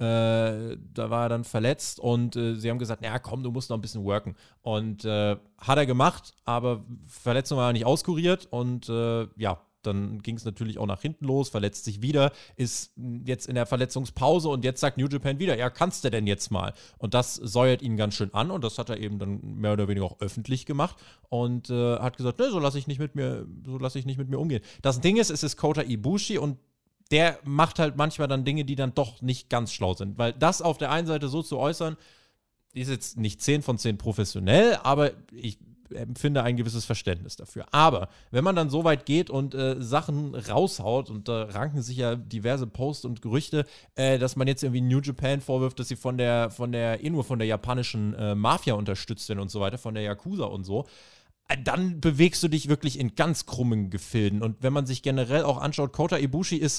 Da war er dann verletzt und sie haben gesagt, ja komm, du musst noch ein bisschen worken. Und hat er gemacht, aber Verletzung war nicht auskuriert und dann ging es natürlich auch nach hinten los, verletzt sich wieder, ist jetzt in der Verletzungspause und jetzt sagt New Japan wieder, ja, kannst du denn jetzt mal? Und das säuert ihn ganz schön an und das hat er eben dann mehr oder weniger auch öffentlich gemacht und hat gesagt, ne, so lasse ich nicht mit mir umgehen. Das Ding ist, es ist Kota Ibushi und der macht halt manchmal dann Dinge, die dann doch nicht ganz schlau sind, weil das auf der einen Seite so zu äußern, ist jetzt nicht 10 von 10 professionell, aber ich empfinde ein gewisses Verständnis dafür. Aber wenn man dann so weit geht und Sachen raushaut, und da ranken sich ja diverse Posts und Gerüchte, dass man jetzt irgendwie New Japan vorwirft, dass sie von der japanischen Mafia unterstützt werden und so weiter, von der Yakuza und so, dann bewegst du dich wirklich in ganz krummen Gefilden. Und wenn man sich generell auch anschaut, Kota Ibushi ist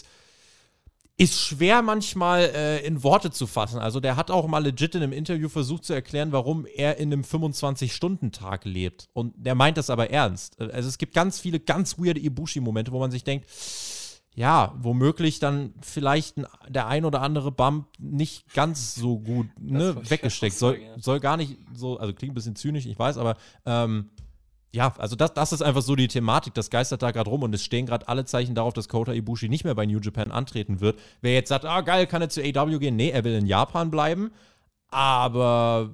schwer manchmal in Worte zu fassen. Also der hat auch mal legit in einem Interview versucht zu erklären, warum er in einem 25-Stunden-Tag lebt. Und der meint das aber ernst. Also es gibt ganz viele ganz weirde Ibushi-Momente, wo man sich denkt, ja, womöglich dann vielleicht der ein oder andere Bump nicht ganz so gut weggesteckt. Soll gar nicht so, also klingt ein bisschen zynisch, ich weiß, aber ja, also das ist einfach so die Thematik, das geistert da gerade rum und es stehen gerade alle Zeichen darauf, dass Kota Ibushi nicht mehr bei New Japan antreten wird. Wer jetzt sagt, geil, kann er zu AEW gehen? Nee, er will in Japan bleiben, aber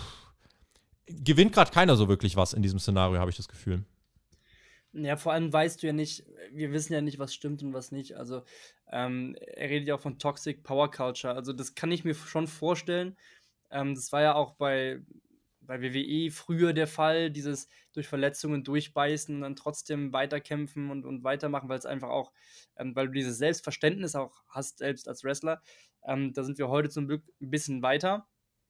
gewinnt gerade keiner so wirklich was in diesem Szenario, habe ich das Gefühl. Ja, vor allem weißt du ja nicht, wir wissen ja nicht, was stimmt und was nicht. Also er redet ja auch von Toxic Power Culture, also das kann ich mir schon vorstellen. Das war ja auch bei WWE früher der Fall, dieses durch Verletzungen durchbeißen und dann trotzdem weiterkämpfen und weitermachen, weil es einfach auch, weil du dieses Selbstverständnis auch hast, selbst als Wrestler. Da sind wir heute zum Glück ein bisschen weiter.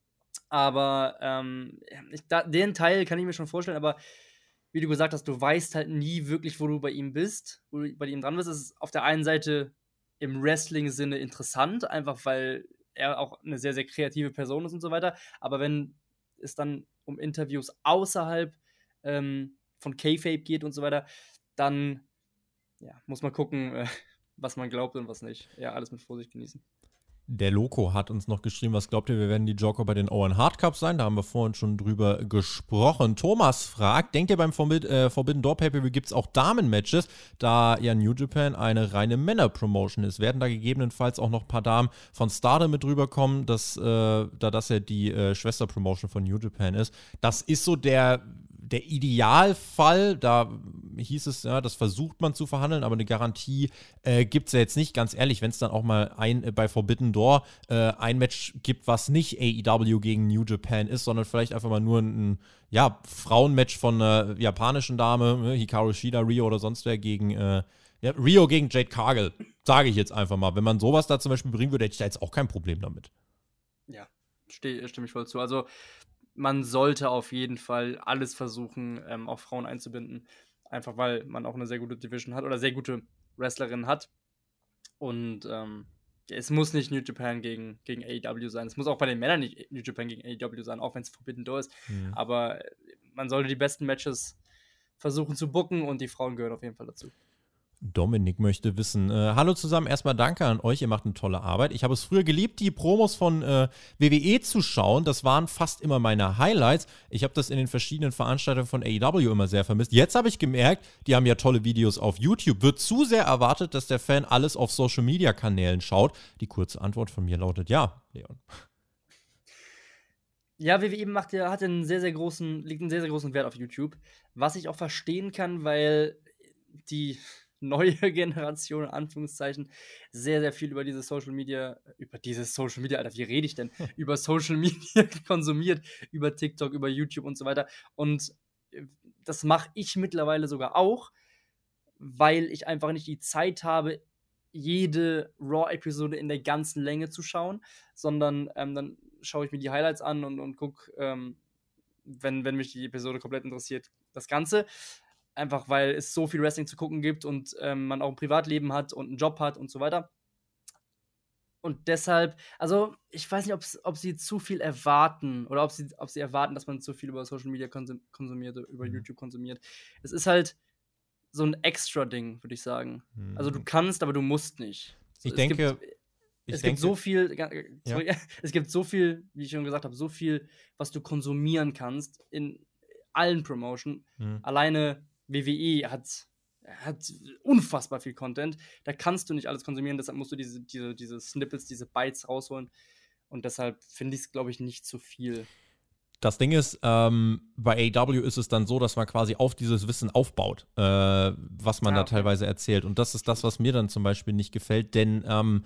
Aber den Teil kann ich mir schon vorstellen, aber wie du gesagt hast, du weißt halt nie wirklich, wo du bei ihm bist, wo du bei ihm dran bist. Es ist auf der einen Seite im Wrestling-Sinne interessant, einfach weil er auch eine sehr, sehr kreative Person ist und so weiter. Aber wenn es dann um Interviews außerhalb von Kayfabe geht und so weiter, dann muss man gucken, was man glaubt und was nicht. Ja, alles mit Vorsicht genießen. Der Loco hat uns noch geschrieben, was glaubt ihr, wir werden die Joker bei den Owen Hard Cups sein? Da haben wir vorhin schon drüber gesprochen. Thomas fragt, denkt ihr beim Forbidden Door Pay-Per-View gibt es auch Damen-Matches, da ja New Japan eine reine Männer-Promotion ist? Werden da gegebenenfalls auch noch ein paar Damen von Stardom mit rüberkommen, da das ja die Schwester-Promotion von New Japan ist? Das ist so der Idealfall, da hieß es, ja, das versucht man zu verhandeln, aber eine Garantie gibt es ja jetzt nicht. Ganz ehrlich, wenn es dann auch mal bei Forbidden Door ein Match gibt, was nicht AEW gegen New Japan ist, sondern vielleicht einfach mal nur ein Frauenmatch von einer japanischen Dame, Hikaru Shida, Rio oder sonst wer gegen Rio gegen Jade Cargill, sage ich jetzt einfach mal. Wenn man sowas da zum Beispiel bringen würde, hätte ich da jetzt auch kein Problem damit. Ja, stimme ich voll zu. Also man sollte auf jeden Fall alles versuchen, auch Frauen einzubinden. Einfach weil man auch eine sehr gute Division hat oder sehr gute Wrestlerinnen hat. Und es muss nicht New Japan gegen AEW sein. Es muss auch bei den Männern nicht New Japan gegen AEW sein, auch wenn es Forbidden Door ist. Mhm. Aber man sollte die besten Matches versuchen zu booken und die Frauen gehören auf jeden Fall dazu. Dominik möchte wissen, hallo zusammen, erstmal danke an euch, ihr macht eine tolle Arbeit. Ich habe es früher geliebt, die Promos von WWE zu schauen, das waren fast immer meine Highlights. Ich habe das in den verschiedenen Veranstaltungen von AEW immer sehr vermisst. Jetzt habe ich gemerkt, die haben ja tolle Videos auf YouTube. Wird zu sehr erwartet, dass der Fan alles auf Social-Media-Kanälen schaut? Die kurze Antwort von mir lautet ja, Leon. Ja, WWE legt einen sehr, sehr großen Wert auf YouTube, was ich auch verstehen kann, weil die neue Generation, in Anführungszeichen, sehr, sehr viel über Social Media, Alter, wie rede ich denn? Über Social Media konsumiert, über TikTok, über YouTube und so weiter. Und das mache ich mittlerweile sogar auch, weil ich einfach nicht die Zeit habe, jede Raw-Episode in der ganzen Länge zu schauen, sondern dann schaue ich mir die Highlights an und gucke, wenn mich die Episode komplett interessiert, das Ganze. Einfach weil es so viel Wrestling zu gucken gibt und man auch ein Privatleben hat und einen Job hat und so weiter. Und deshalb, also ich weiß nicht, ob sie zu viel erwarten oder ob sie erwarten, dass man zu viel über Social Media konsumiert, über YouTube konsumiert. Es ist halt so ein Extra-Ding, würde ich sagen. Also du kannst, aber du musst nicht. Es gibt so viel, wie ich schon gesagt habe, so viel, was du konsumieren kannst in allen Promotionen. Alleine WWE hat unfassbar viel Content. Da kannst du nicht alles konsumieren, deshalb musst du diese Snippets, diese Bytes rausholen. Und deshalb finde ich es, glaube ich, nicht zu viel. Das Ding ist, bei AEW ist es dann so, dass man quasi auf dieses Wissen aufbaut, was man da teilweise erzählt. Und das ist das, was mir dann zum Beispiel nicht gefällt, denn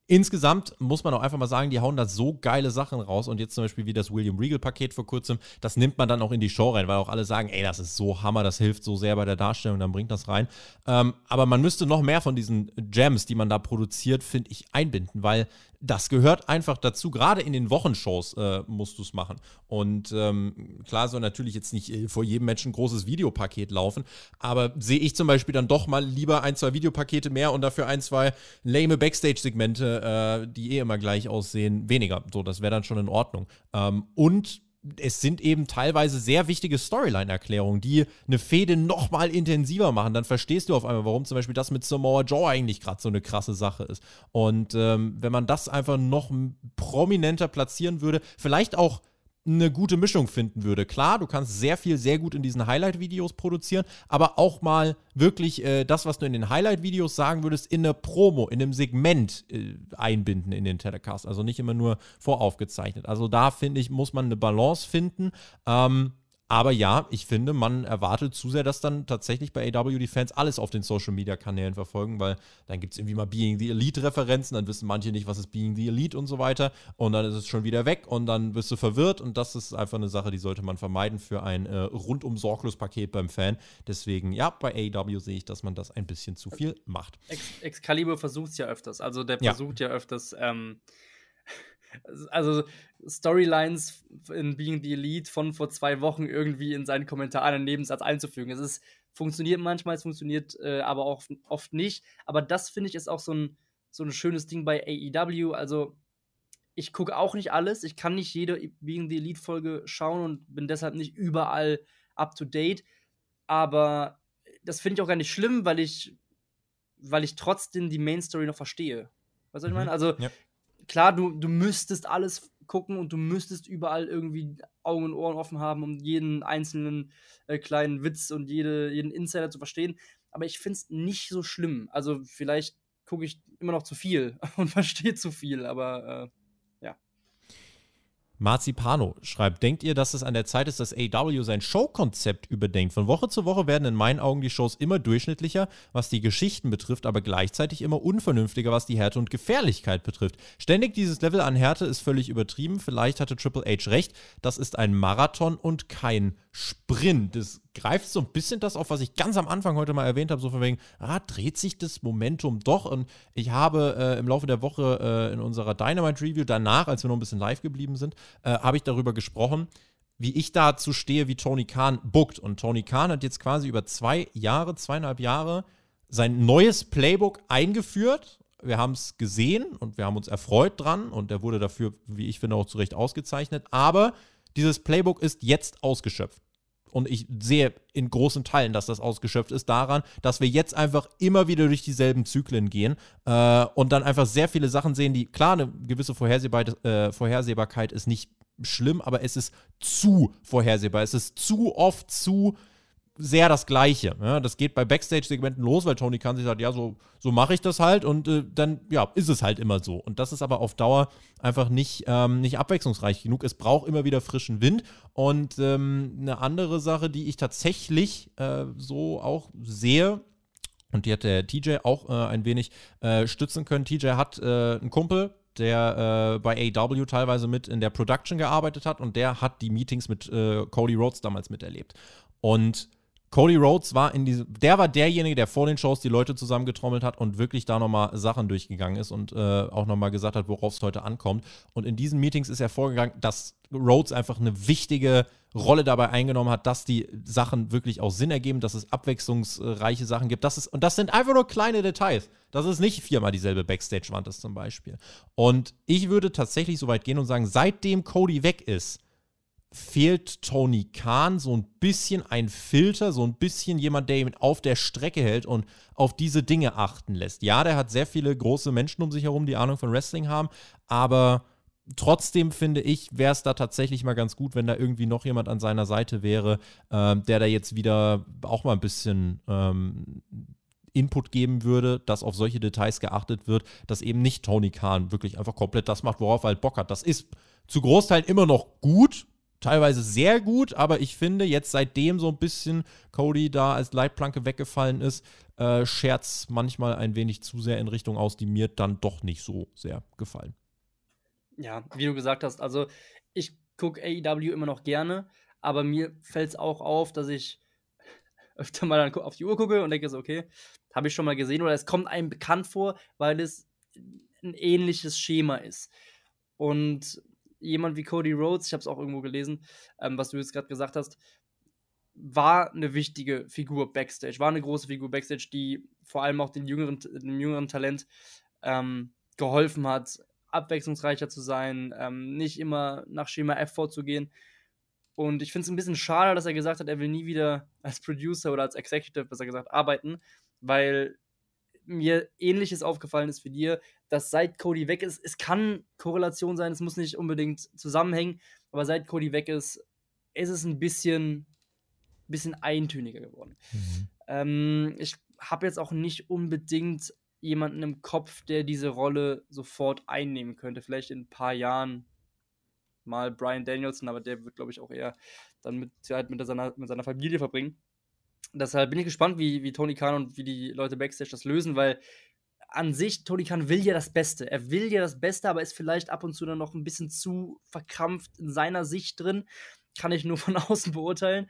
insgesamt muss man auch einfach mal sagen, die hauen da so geile Sachen raus und jetzt zum Beispiel wie das William Regal-Paket vor kurzem, das nimmt man dann auch in die Show rein, weil auch alle sagen, ey, das ist so Hammer, das hilft so sehr bei der Darstellung, dann bringt das rein. Aber man müsste noch mehr von diesen Gems, die man da produziert, finde ich, einbinden, weil das gehört einfach dazu. Gerade in den Wochenshows musst du es machen. Und klar soll natürlich jetzt nicht vor jedem Match ein großes Videopaket laufen, aber sehe ich zum Beispiel dann doch mal lieber 1, 2 Videopakete mehr und dafür 1, 2 lame Backstage-Segmente, die immer gleich aussehen, weniger. So, das wäre dann schon in Ordnung. Und es sind eben teilweise sehr wichtige Storyline-Erklärungen, die eine Fehde noch mal intensiver machen. Dann verstehst du auf einmal, warum zum Beispiel das mit Samoa Joe eigentlich gerade so eine krasse Sache ist. Und wenn man das einfach noch prominenter platzieren würde, vielleicht auch eine gute Mischung finden würde. Klar, du kannst sehr viel, sehr gut in diesen Highlight-Videos produzieren, aber auch mal wirklich das, was du in den Highlight-Videos sagen würdest, in eine Promo, in einem Segment einbinden in den Telecast. Also nicht immer nur voraufgezeichnet. Also da, finde ich, muss man eine Balance finden. Aber ja, ich finde, man erwartet zu sehr, dass dann tatsächlich bei AEW die Fans alles auf den Social-Media-Kanälen verfolgen, weil dann gibt es irgendwie mal Being the Elite-Referenzen, dann wissen manche nicht, was ist Being the Elite und so weiter und dann ist es schon wieder weg und dann bist du verwirrt und das ist einfach eine Sache, die sollte man vermeiden für ein rundum sorglos Paket beim Fan. Deswegen, ja, bei AEW sehe ich, dass man das ein bisschen zu viel macht. Excalibur versucht es ja öfters, also der versucht ja öfters, also Storylines in Being the Elite von vor 2 Wochen irgendwie in seinen Kommentaren einen Nebensatz einzufügen. Es funktioniert manchmal, es funktioniert aber auch oft nicht. Aber das, finde ich, ist auch so ein schönes Ding bei AEW. Also ich gucke auch nicht alles. Ich kann nicht jede Being the Elite-Folge schauen und bin deshalb nicht überall up to date. Aber das finde ich auch gar nicht schlimm, weil ich trotzdem die Main-Story noch verstehe. Weißt du, was ich meine? Also klar, du müsstest alles gucken und du müsstest überall irgendwie Augen und Ohren offen haben, um jeden einzelnen kleinen Witz und jeden Insider zu verstehen. Aber ich finde es nicht so schlimm. Also vielleicht gucke ich immer noch zu viel und verstehe zu viel, aber ja. Marzipano schreibt, denkt ihr, dass es an der Zeit ist, dass AEW sein Showkonzept überdenkt? Von Woche zu Woche werden in meinen Augen die Shows immer durchschnittlicher, was die Geschichten betrifft, aber gleichzeitig immer unvernünftiger, was die Härte und Gefährlichkeit betrifft. Ständig dieses Level an Härte ist völlig übertrieben. Vielleicht hatte Triple H recht. Das ist ein Marathon und kein Sprint. Das greift so ein bisschen das auf, was ich ganz am Anfang heute mal erwähnt habe, so von wegen, dreht sich das Momentum doch? Und ich habe im Laufe der Woche in unserer Dynamite-Review danach, als wir noch ein bisschen live geblieben sind, habe ich darüber gesprochen, wie ich dazu stehe, wie Tony Khan bookt. Und Tony Khan hat jetzt quasi über 2,5 Jahre sein neues Playbook eingeführt. Wir haben es gesehen und wir haben uns erfreut dran und er wurde dafür, wie ich finde, auch zu Recht ausgezeichnet. Aber dieses Playbook ist jetzt ausgeschöpft. Und ich sehe in großen Teilen, dass das ausgeschöpft ist, daran, dass wir jetzt einfach immer wieder durch dieselben Zyklen gehen und dann einfach sehr viele Sachen sehen, die, klar, eine gewisse Vorhersehbarkeit ist nicht schlimm, aber es ist zu vorhersehbar. Es ist zu oft zu sehr das Gleiche. Ja, das geht bei Backstage-Segmenten los, weil Tony Khan sich sagt, ja, so mache ich das halt und dann, ja, ist es halt immer so. Und das ist aber auf Dauer einfach nicht abwechslungsreich genug. Es braucht immer wieder frischen Wind. Und eine andere Sache, die ich tatsächlich so auch sehe, und die hat der TJ auch ein wenig stützen können. TJ hat einen Kumpel, der bei AEW teilweise mit in der Production gearbeitet hat und der hat die Meetings mit Cody Rhodes damals miterlebt. Und Cody Rhodes war derjenige, der vor den Shows die Leute zusammengetrommelt hat und wirklich da nochmal Sachen durchgegangen ist und auch nochmal gesagt hat, worauf es heute ankommt. Und in diesen Meetings ist er vorgegangen, dass Rhodes einfach eine wichtige Rolle dabei eingenommen hat, dass die Sachen wirklich auch Sinn ergeben, dass es abwechslungsreiche Sachen gibt. Und das sind einfach nur kleine Details. Dass es nicht 4-mal dieselbe Backstage-Wand ist zum Beispiel. Und ich würde tatsächlich so weit gehen und sagen, seitdem Cody weg ist, fehlt Tony Khan so ein bisschen ein Filter, so ein bisschen jemand, der ihn auf der Strecke hält und auf diese Dinge achten lässt. Ja, der hat sehr viele große Menschen um sich herum, die Ahnung von Wrestling haben, aber trotzdem finde ich, wäre es da tatsächlich mal ganz gut, wenn da irgendwie noch jemand an seiner Seite wäre, der da jetzt wieder auch mal ein bisschen Input geben würde, dass auf solche Details geachtet wird, dass eben nicht Tony Khan wirklich einfach komplett das macht, worauf er halt Bock hat. Das ist zu Großteilen immer noch gut, teilweise sehr gut, aber ich finde jetzt, seitdem so ein bisschen Cody da als Leitplanke weggefallen ist, scherzt manchmal ein wenig zu sehr in Richtung aus, die mir dann doch nicht so sehr gefallen. Ja, wie du gesagt hast, also ich gucke AEW immer noch gerne, aber mir fällt es auch auf, dass ich öfter mal dann auf die Uhr gucke und denke so, okay, habe ich schon mal gesehen oder es kommt einem bekannt vor, weil es ein ähnliches Schema ist. Und jemand wie Cody Rhodes, ich habe es auch irgendwo gelesen, was du jetzt gerade gesagt hast, war eine wichtige Figur Backstage, war eine große Figur Backstage, die vor allem auch dem jüngeren Talent geholfen hat, abwechslungsreicher zu sein, nicht immer nach Schema F vorzugehen. Und ich finde es ein bisschen schade, dass er gesagt hat, er will nie wieder als Producer oder als Executive, besser gesagt, arbeiten, weil mir Ähnliches aufgefallen ist wie dir, dass seit Cody weg ist, es kann Korrelation sein, es muss nicht unbedingt zusammenhängen, aber seit Cody weg ist es ein bisschen eintöniger geworden. Ich habe jetzt auch nicht unbedingt jemanden im Kopf, der diese Rolle sofort einnehmen könnte. Vielleicht in ein paar Jahren mal Bryan Danielson, aber der wird, glaube ich, auch eher dann mit seiner Familie verbringen. Deshalb bin ich gespannt, wie Tony Khan und wie die Leute Backstage das lösen, weil an sich, Tony Khan will ja das Beste. Er will ja das Beste, aber ist vielleicht ab und zu dann noch ein bisschen zu verkrampft in seiner Sicht drin. Kann ich nur von außen beurteilen.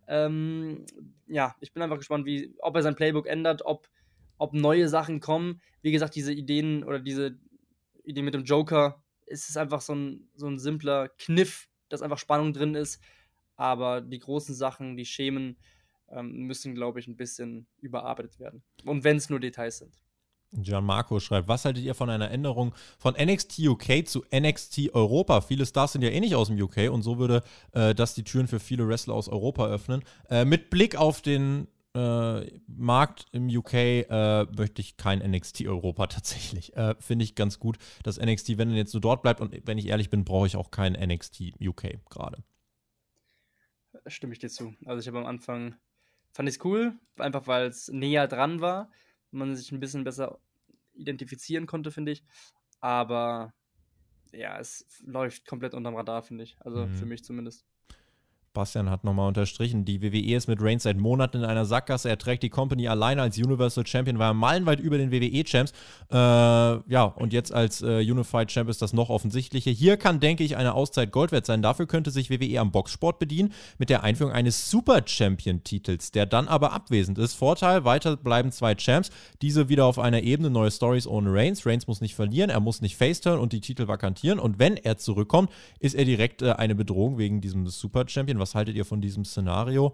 Ja, ich bin einfach gespannt, ob er sein Playbook ändert, ob neue Sachen kommen. Wie gesagt, diese Ideen oder diese Idee mit dem Joker, es ist einfach so ein simpler Kniff, dass einfach Spannung drin ist. Aber die großen Sachen, die Schemen, müssen, glaube ich, ein bisschen überarbeitet werden. Und wenn es nur Details sind. Gianmarco schreibt, was haltet ihr von einer Änderung von NXT UK zu NXT Europa? Viele Stars sind ja eh nicht aus dem UK und so würde das die Türen für viele Wrestler aus Europa öffnen. Mit Blick auf den Markt im UK möchte ich kein NXT Europa tatsächlich. Finde ich ganz gut, dass NXT, wenn er jetzt nur dort bleibt, und wenn ich ehrlich bin, brauche ich auch kein NXT UK gerade. Stimme ich dir zu. Also ich habe am Anfang, fand ich es cool, einfach weil es näher dran war, man sich ein bisschen besser identifizieren konnte, finde ich. Aber ja, es läuft komplett unterm Radar, finde ich. Also für mich zumindest. Bastian hat nochmal unterstrichen, die WWE ist mit Reigns seit Monaten in einer Sackgasse. Er trägt die Company alleine als Universal Champion, war meilenweit über den WWE-Champs. Ja, und jetzt als Unified Champ ist das noch offensichtliche. Hier kann, denke ich, eine Auszeit Gold wert sein. Dafür könnte sich WWE am Boxsport bedienen mit der Einführung eines Super-Champion-Titels, der dann aber abwesend ist. Vorteil, weiter bleiben 2 Champs, diese wieder auf einer Ebene, neue Stories ohne Reigns. Reigns muss nicht verlieren, er muss nicht faceturn und die Titel vakantieren. Und wenn er zurückkommt, ist er direkt eine Bedrohung wegen diesem Super-Champion. Was haltet ihr von diesem Szenario?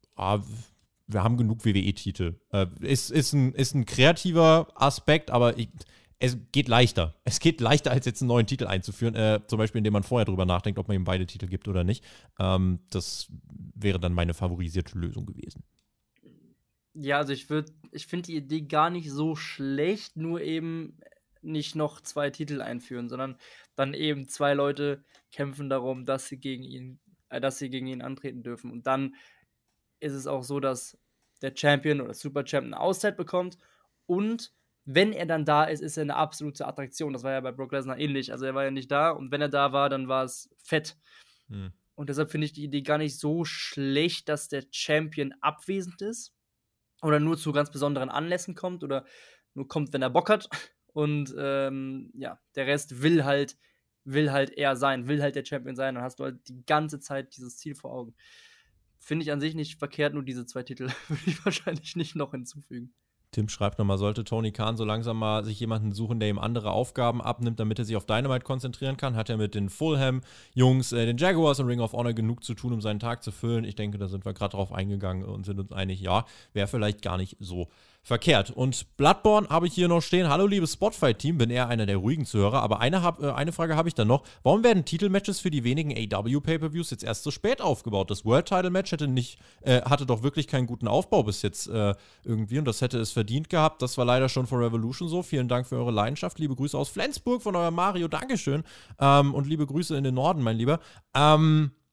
Wir haben genug WWE-Titel. Ist ein kreativer Aspekt, aber es geht leichter. Es geht leichter, als jetzt einen neuen Titel einzuführen. Zum Beispiel, indem man vorher drüber nachdenkt, ob man ihm beide Titel gibt oder nicht. Das wäre dann meine favorisierte Lösung gewesen. Ja, also ich finde die Idee gar nicht so schlecht, nur eben nicht noch 2 Titel einführen, sondern dann eben 2 Leute kämpfen darum, dass sie gegen ihn antreten dürfen. Und dann ist es auch so, dass der Champion oder Super Champion eine Auszeit bekommt und wenn er dann da ist, ist er eine absolute Attraktion. Das war ja bei Brock Lesnar ähnlich. Also er war ja nicht da und wenn er da war, dann war es fett. Und deshalb finde ich die Idee gar nicht so schlecht, dass der Champion abwesend ist oder nur zu ganz besonderen Anlässen kommt oder nur kommt, wenn er Bock hat. Und ja, der Rest will halt er sein, will halt der Champion sein, dann hast du halt die ganze Zeit dieses Ziel vor Augen. Finde ich an sich nicht verkehrt, nur diese 2 Titel würde ich wahrscheinlich nicht noch hinzufügen. Tim schreibt nochmal, sollte Tony Khan so langsam mal sich jemanden suchen, der ihm andere Aufgaben abnimmt, damit er sich auf Dynamite konzentrieren kann, hat er mit den Fulham-Jungs, den Jaguars und Ring of Honor genug zu tun, um seinen Tag zu füllen. Ich denke, da sind wir gerade drauf eingegangen und sind uns einig, ja, wäre vielleicht gar nicht so verkehrt. Und Bloodborne habe ich hier noch stehen. Hallo, liebes Spotfight-Team, bin eher einer der ruhigen Zuhörer, aber eine Frage habe ich dann noch. Warum werden Titelmatches für die wenigen AEW-Pay-Per-Views jetzt erst so spät aufgebaut? Das World-Title-Match hatte doch wirklich keinen guten Aufbau bis jetzt irgendwie und das hätte es verdient gehabt. Das war leider schon vor Revolution so. Vielen Dank für eure Leidenschaft. Liebe Grüße aus Flensburg von eurem Mario. Dankeschön. Und liebe Grüße in den Norden, mein Lieber.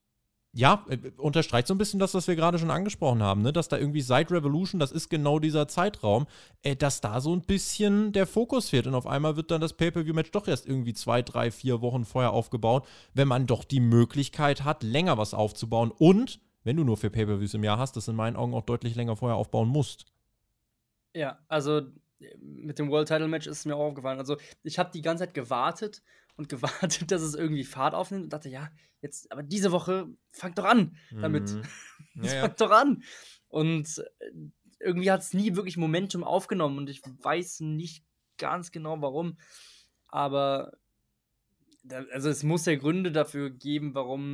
ja, unterstreicht so ein bisschen das, was wir gerade schon angesprochen haben, ne? Dass da irgendwie seit Revolution, das ist genau dieser Zeitraum, dass da so ein bisschen der Fokus fehlt und auf einmal wird dann das Pay-Per-View-Match doch erst irgendwie 2, 3, 4 Wochen vorher aufgebaut, wenn man doch die Möglichkeit hat, länger was aufzubauen und, wenn du nur 4 Pay-Per-Views im Jahr hast, das in meinen Augen auch deutlich länger vorher aufbauen musst. Ja, also mit dem World Title Match ist es mir auch aufgefallen. Also ich habe die ganze Zeit gewartet, dass es irgendwie Fahrt aufnimmt und dachte, ja, jetzt, aber diese Woche fangt doch an damit. Fangt doch an. Und irgendwie hat es nie wirklich Momentum aufgenommen und ich weiß nicht ganz genau, warum. Aber also es muss ja Gründe dafür geben, warum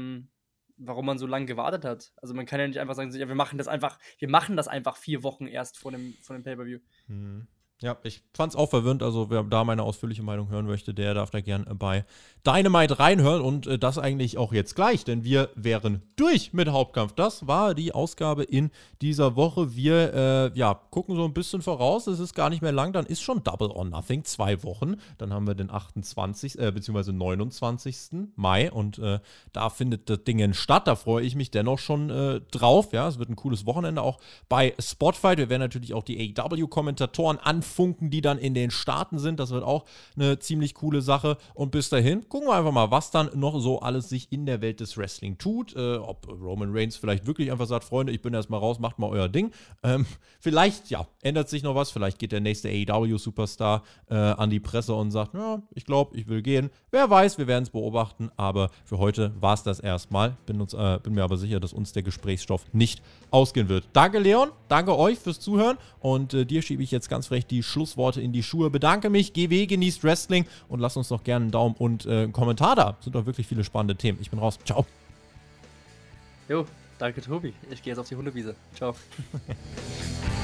man so lange gewartet hat. Also man kann ja nicht einfach sagen, ja, wir machen das einfach 4 Wochen erst vor dem Pay-Per-View. Ja, ich fand's auch verwirrend, also wer da meine ausführliche Meinung hören möchte, der darf da gern bei Dynamite reinhören und das eigentlich auch jetzt gleich, denn wir wären durch mit Hauptkampf. Das war die Ausgabe in dieser Woche. Wir gucken so ein bisschen voraus, es ist gar nicht mehr lang, dann ist schon Double or Nothing, 2 Wochen, dann haben wir den 28. bzw. 29. Mai und da findet das Ding statt, da freue ich mich dennoch schon drauf, ja, es wird ein cooles Wochenende auch bei Spotfight. Wir werden natürlich auch die AEW-Kommentatoren anfunken, die dann in den Staaten sind. Das wird auch eine ziemlich coole Sache. Und bis dahin gucken wir einfach mal, was dann noch so alles sich in der Welt des Wrestling tut. Ob Roman Reigns vielleicht wirklich einfach sagt, Freunde, ich bin erstmal raus, macht mal euer Ding. Vielleicht, ja, ändert sich noch was. Vielleicht geht der nächste AEW-Superstar an die Presse und sagt, ja, ich glaube, ich will gehen. Wer weiß, wir werden es beobachten. Aber für heute war es das erstmal. Bin mir aber sicher, dass uns der Gesprächsstoff nicht ausgehen wird. Danke, Leon. Danke euch fürs Zuhören. Und dir schiebe ich jetzt ganz frech die Schlussworte in die Schuhe. Bedanke mich, GW, genießt Wrestling und lasst uns doch gerne einen Daumen und einen Kommentar da. Sind doch wirklich viele spannende Themen. Ich bin raus. Ciao. Jo, danke Tobi. Ich gehe jetzt auf die Hundewiese. Ciao.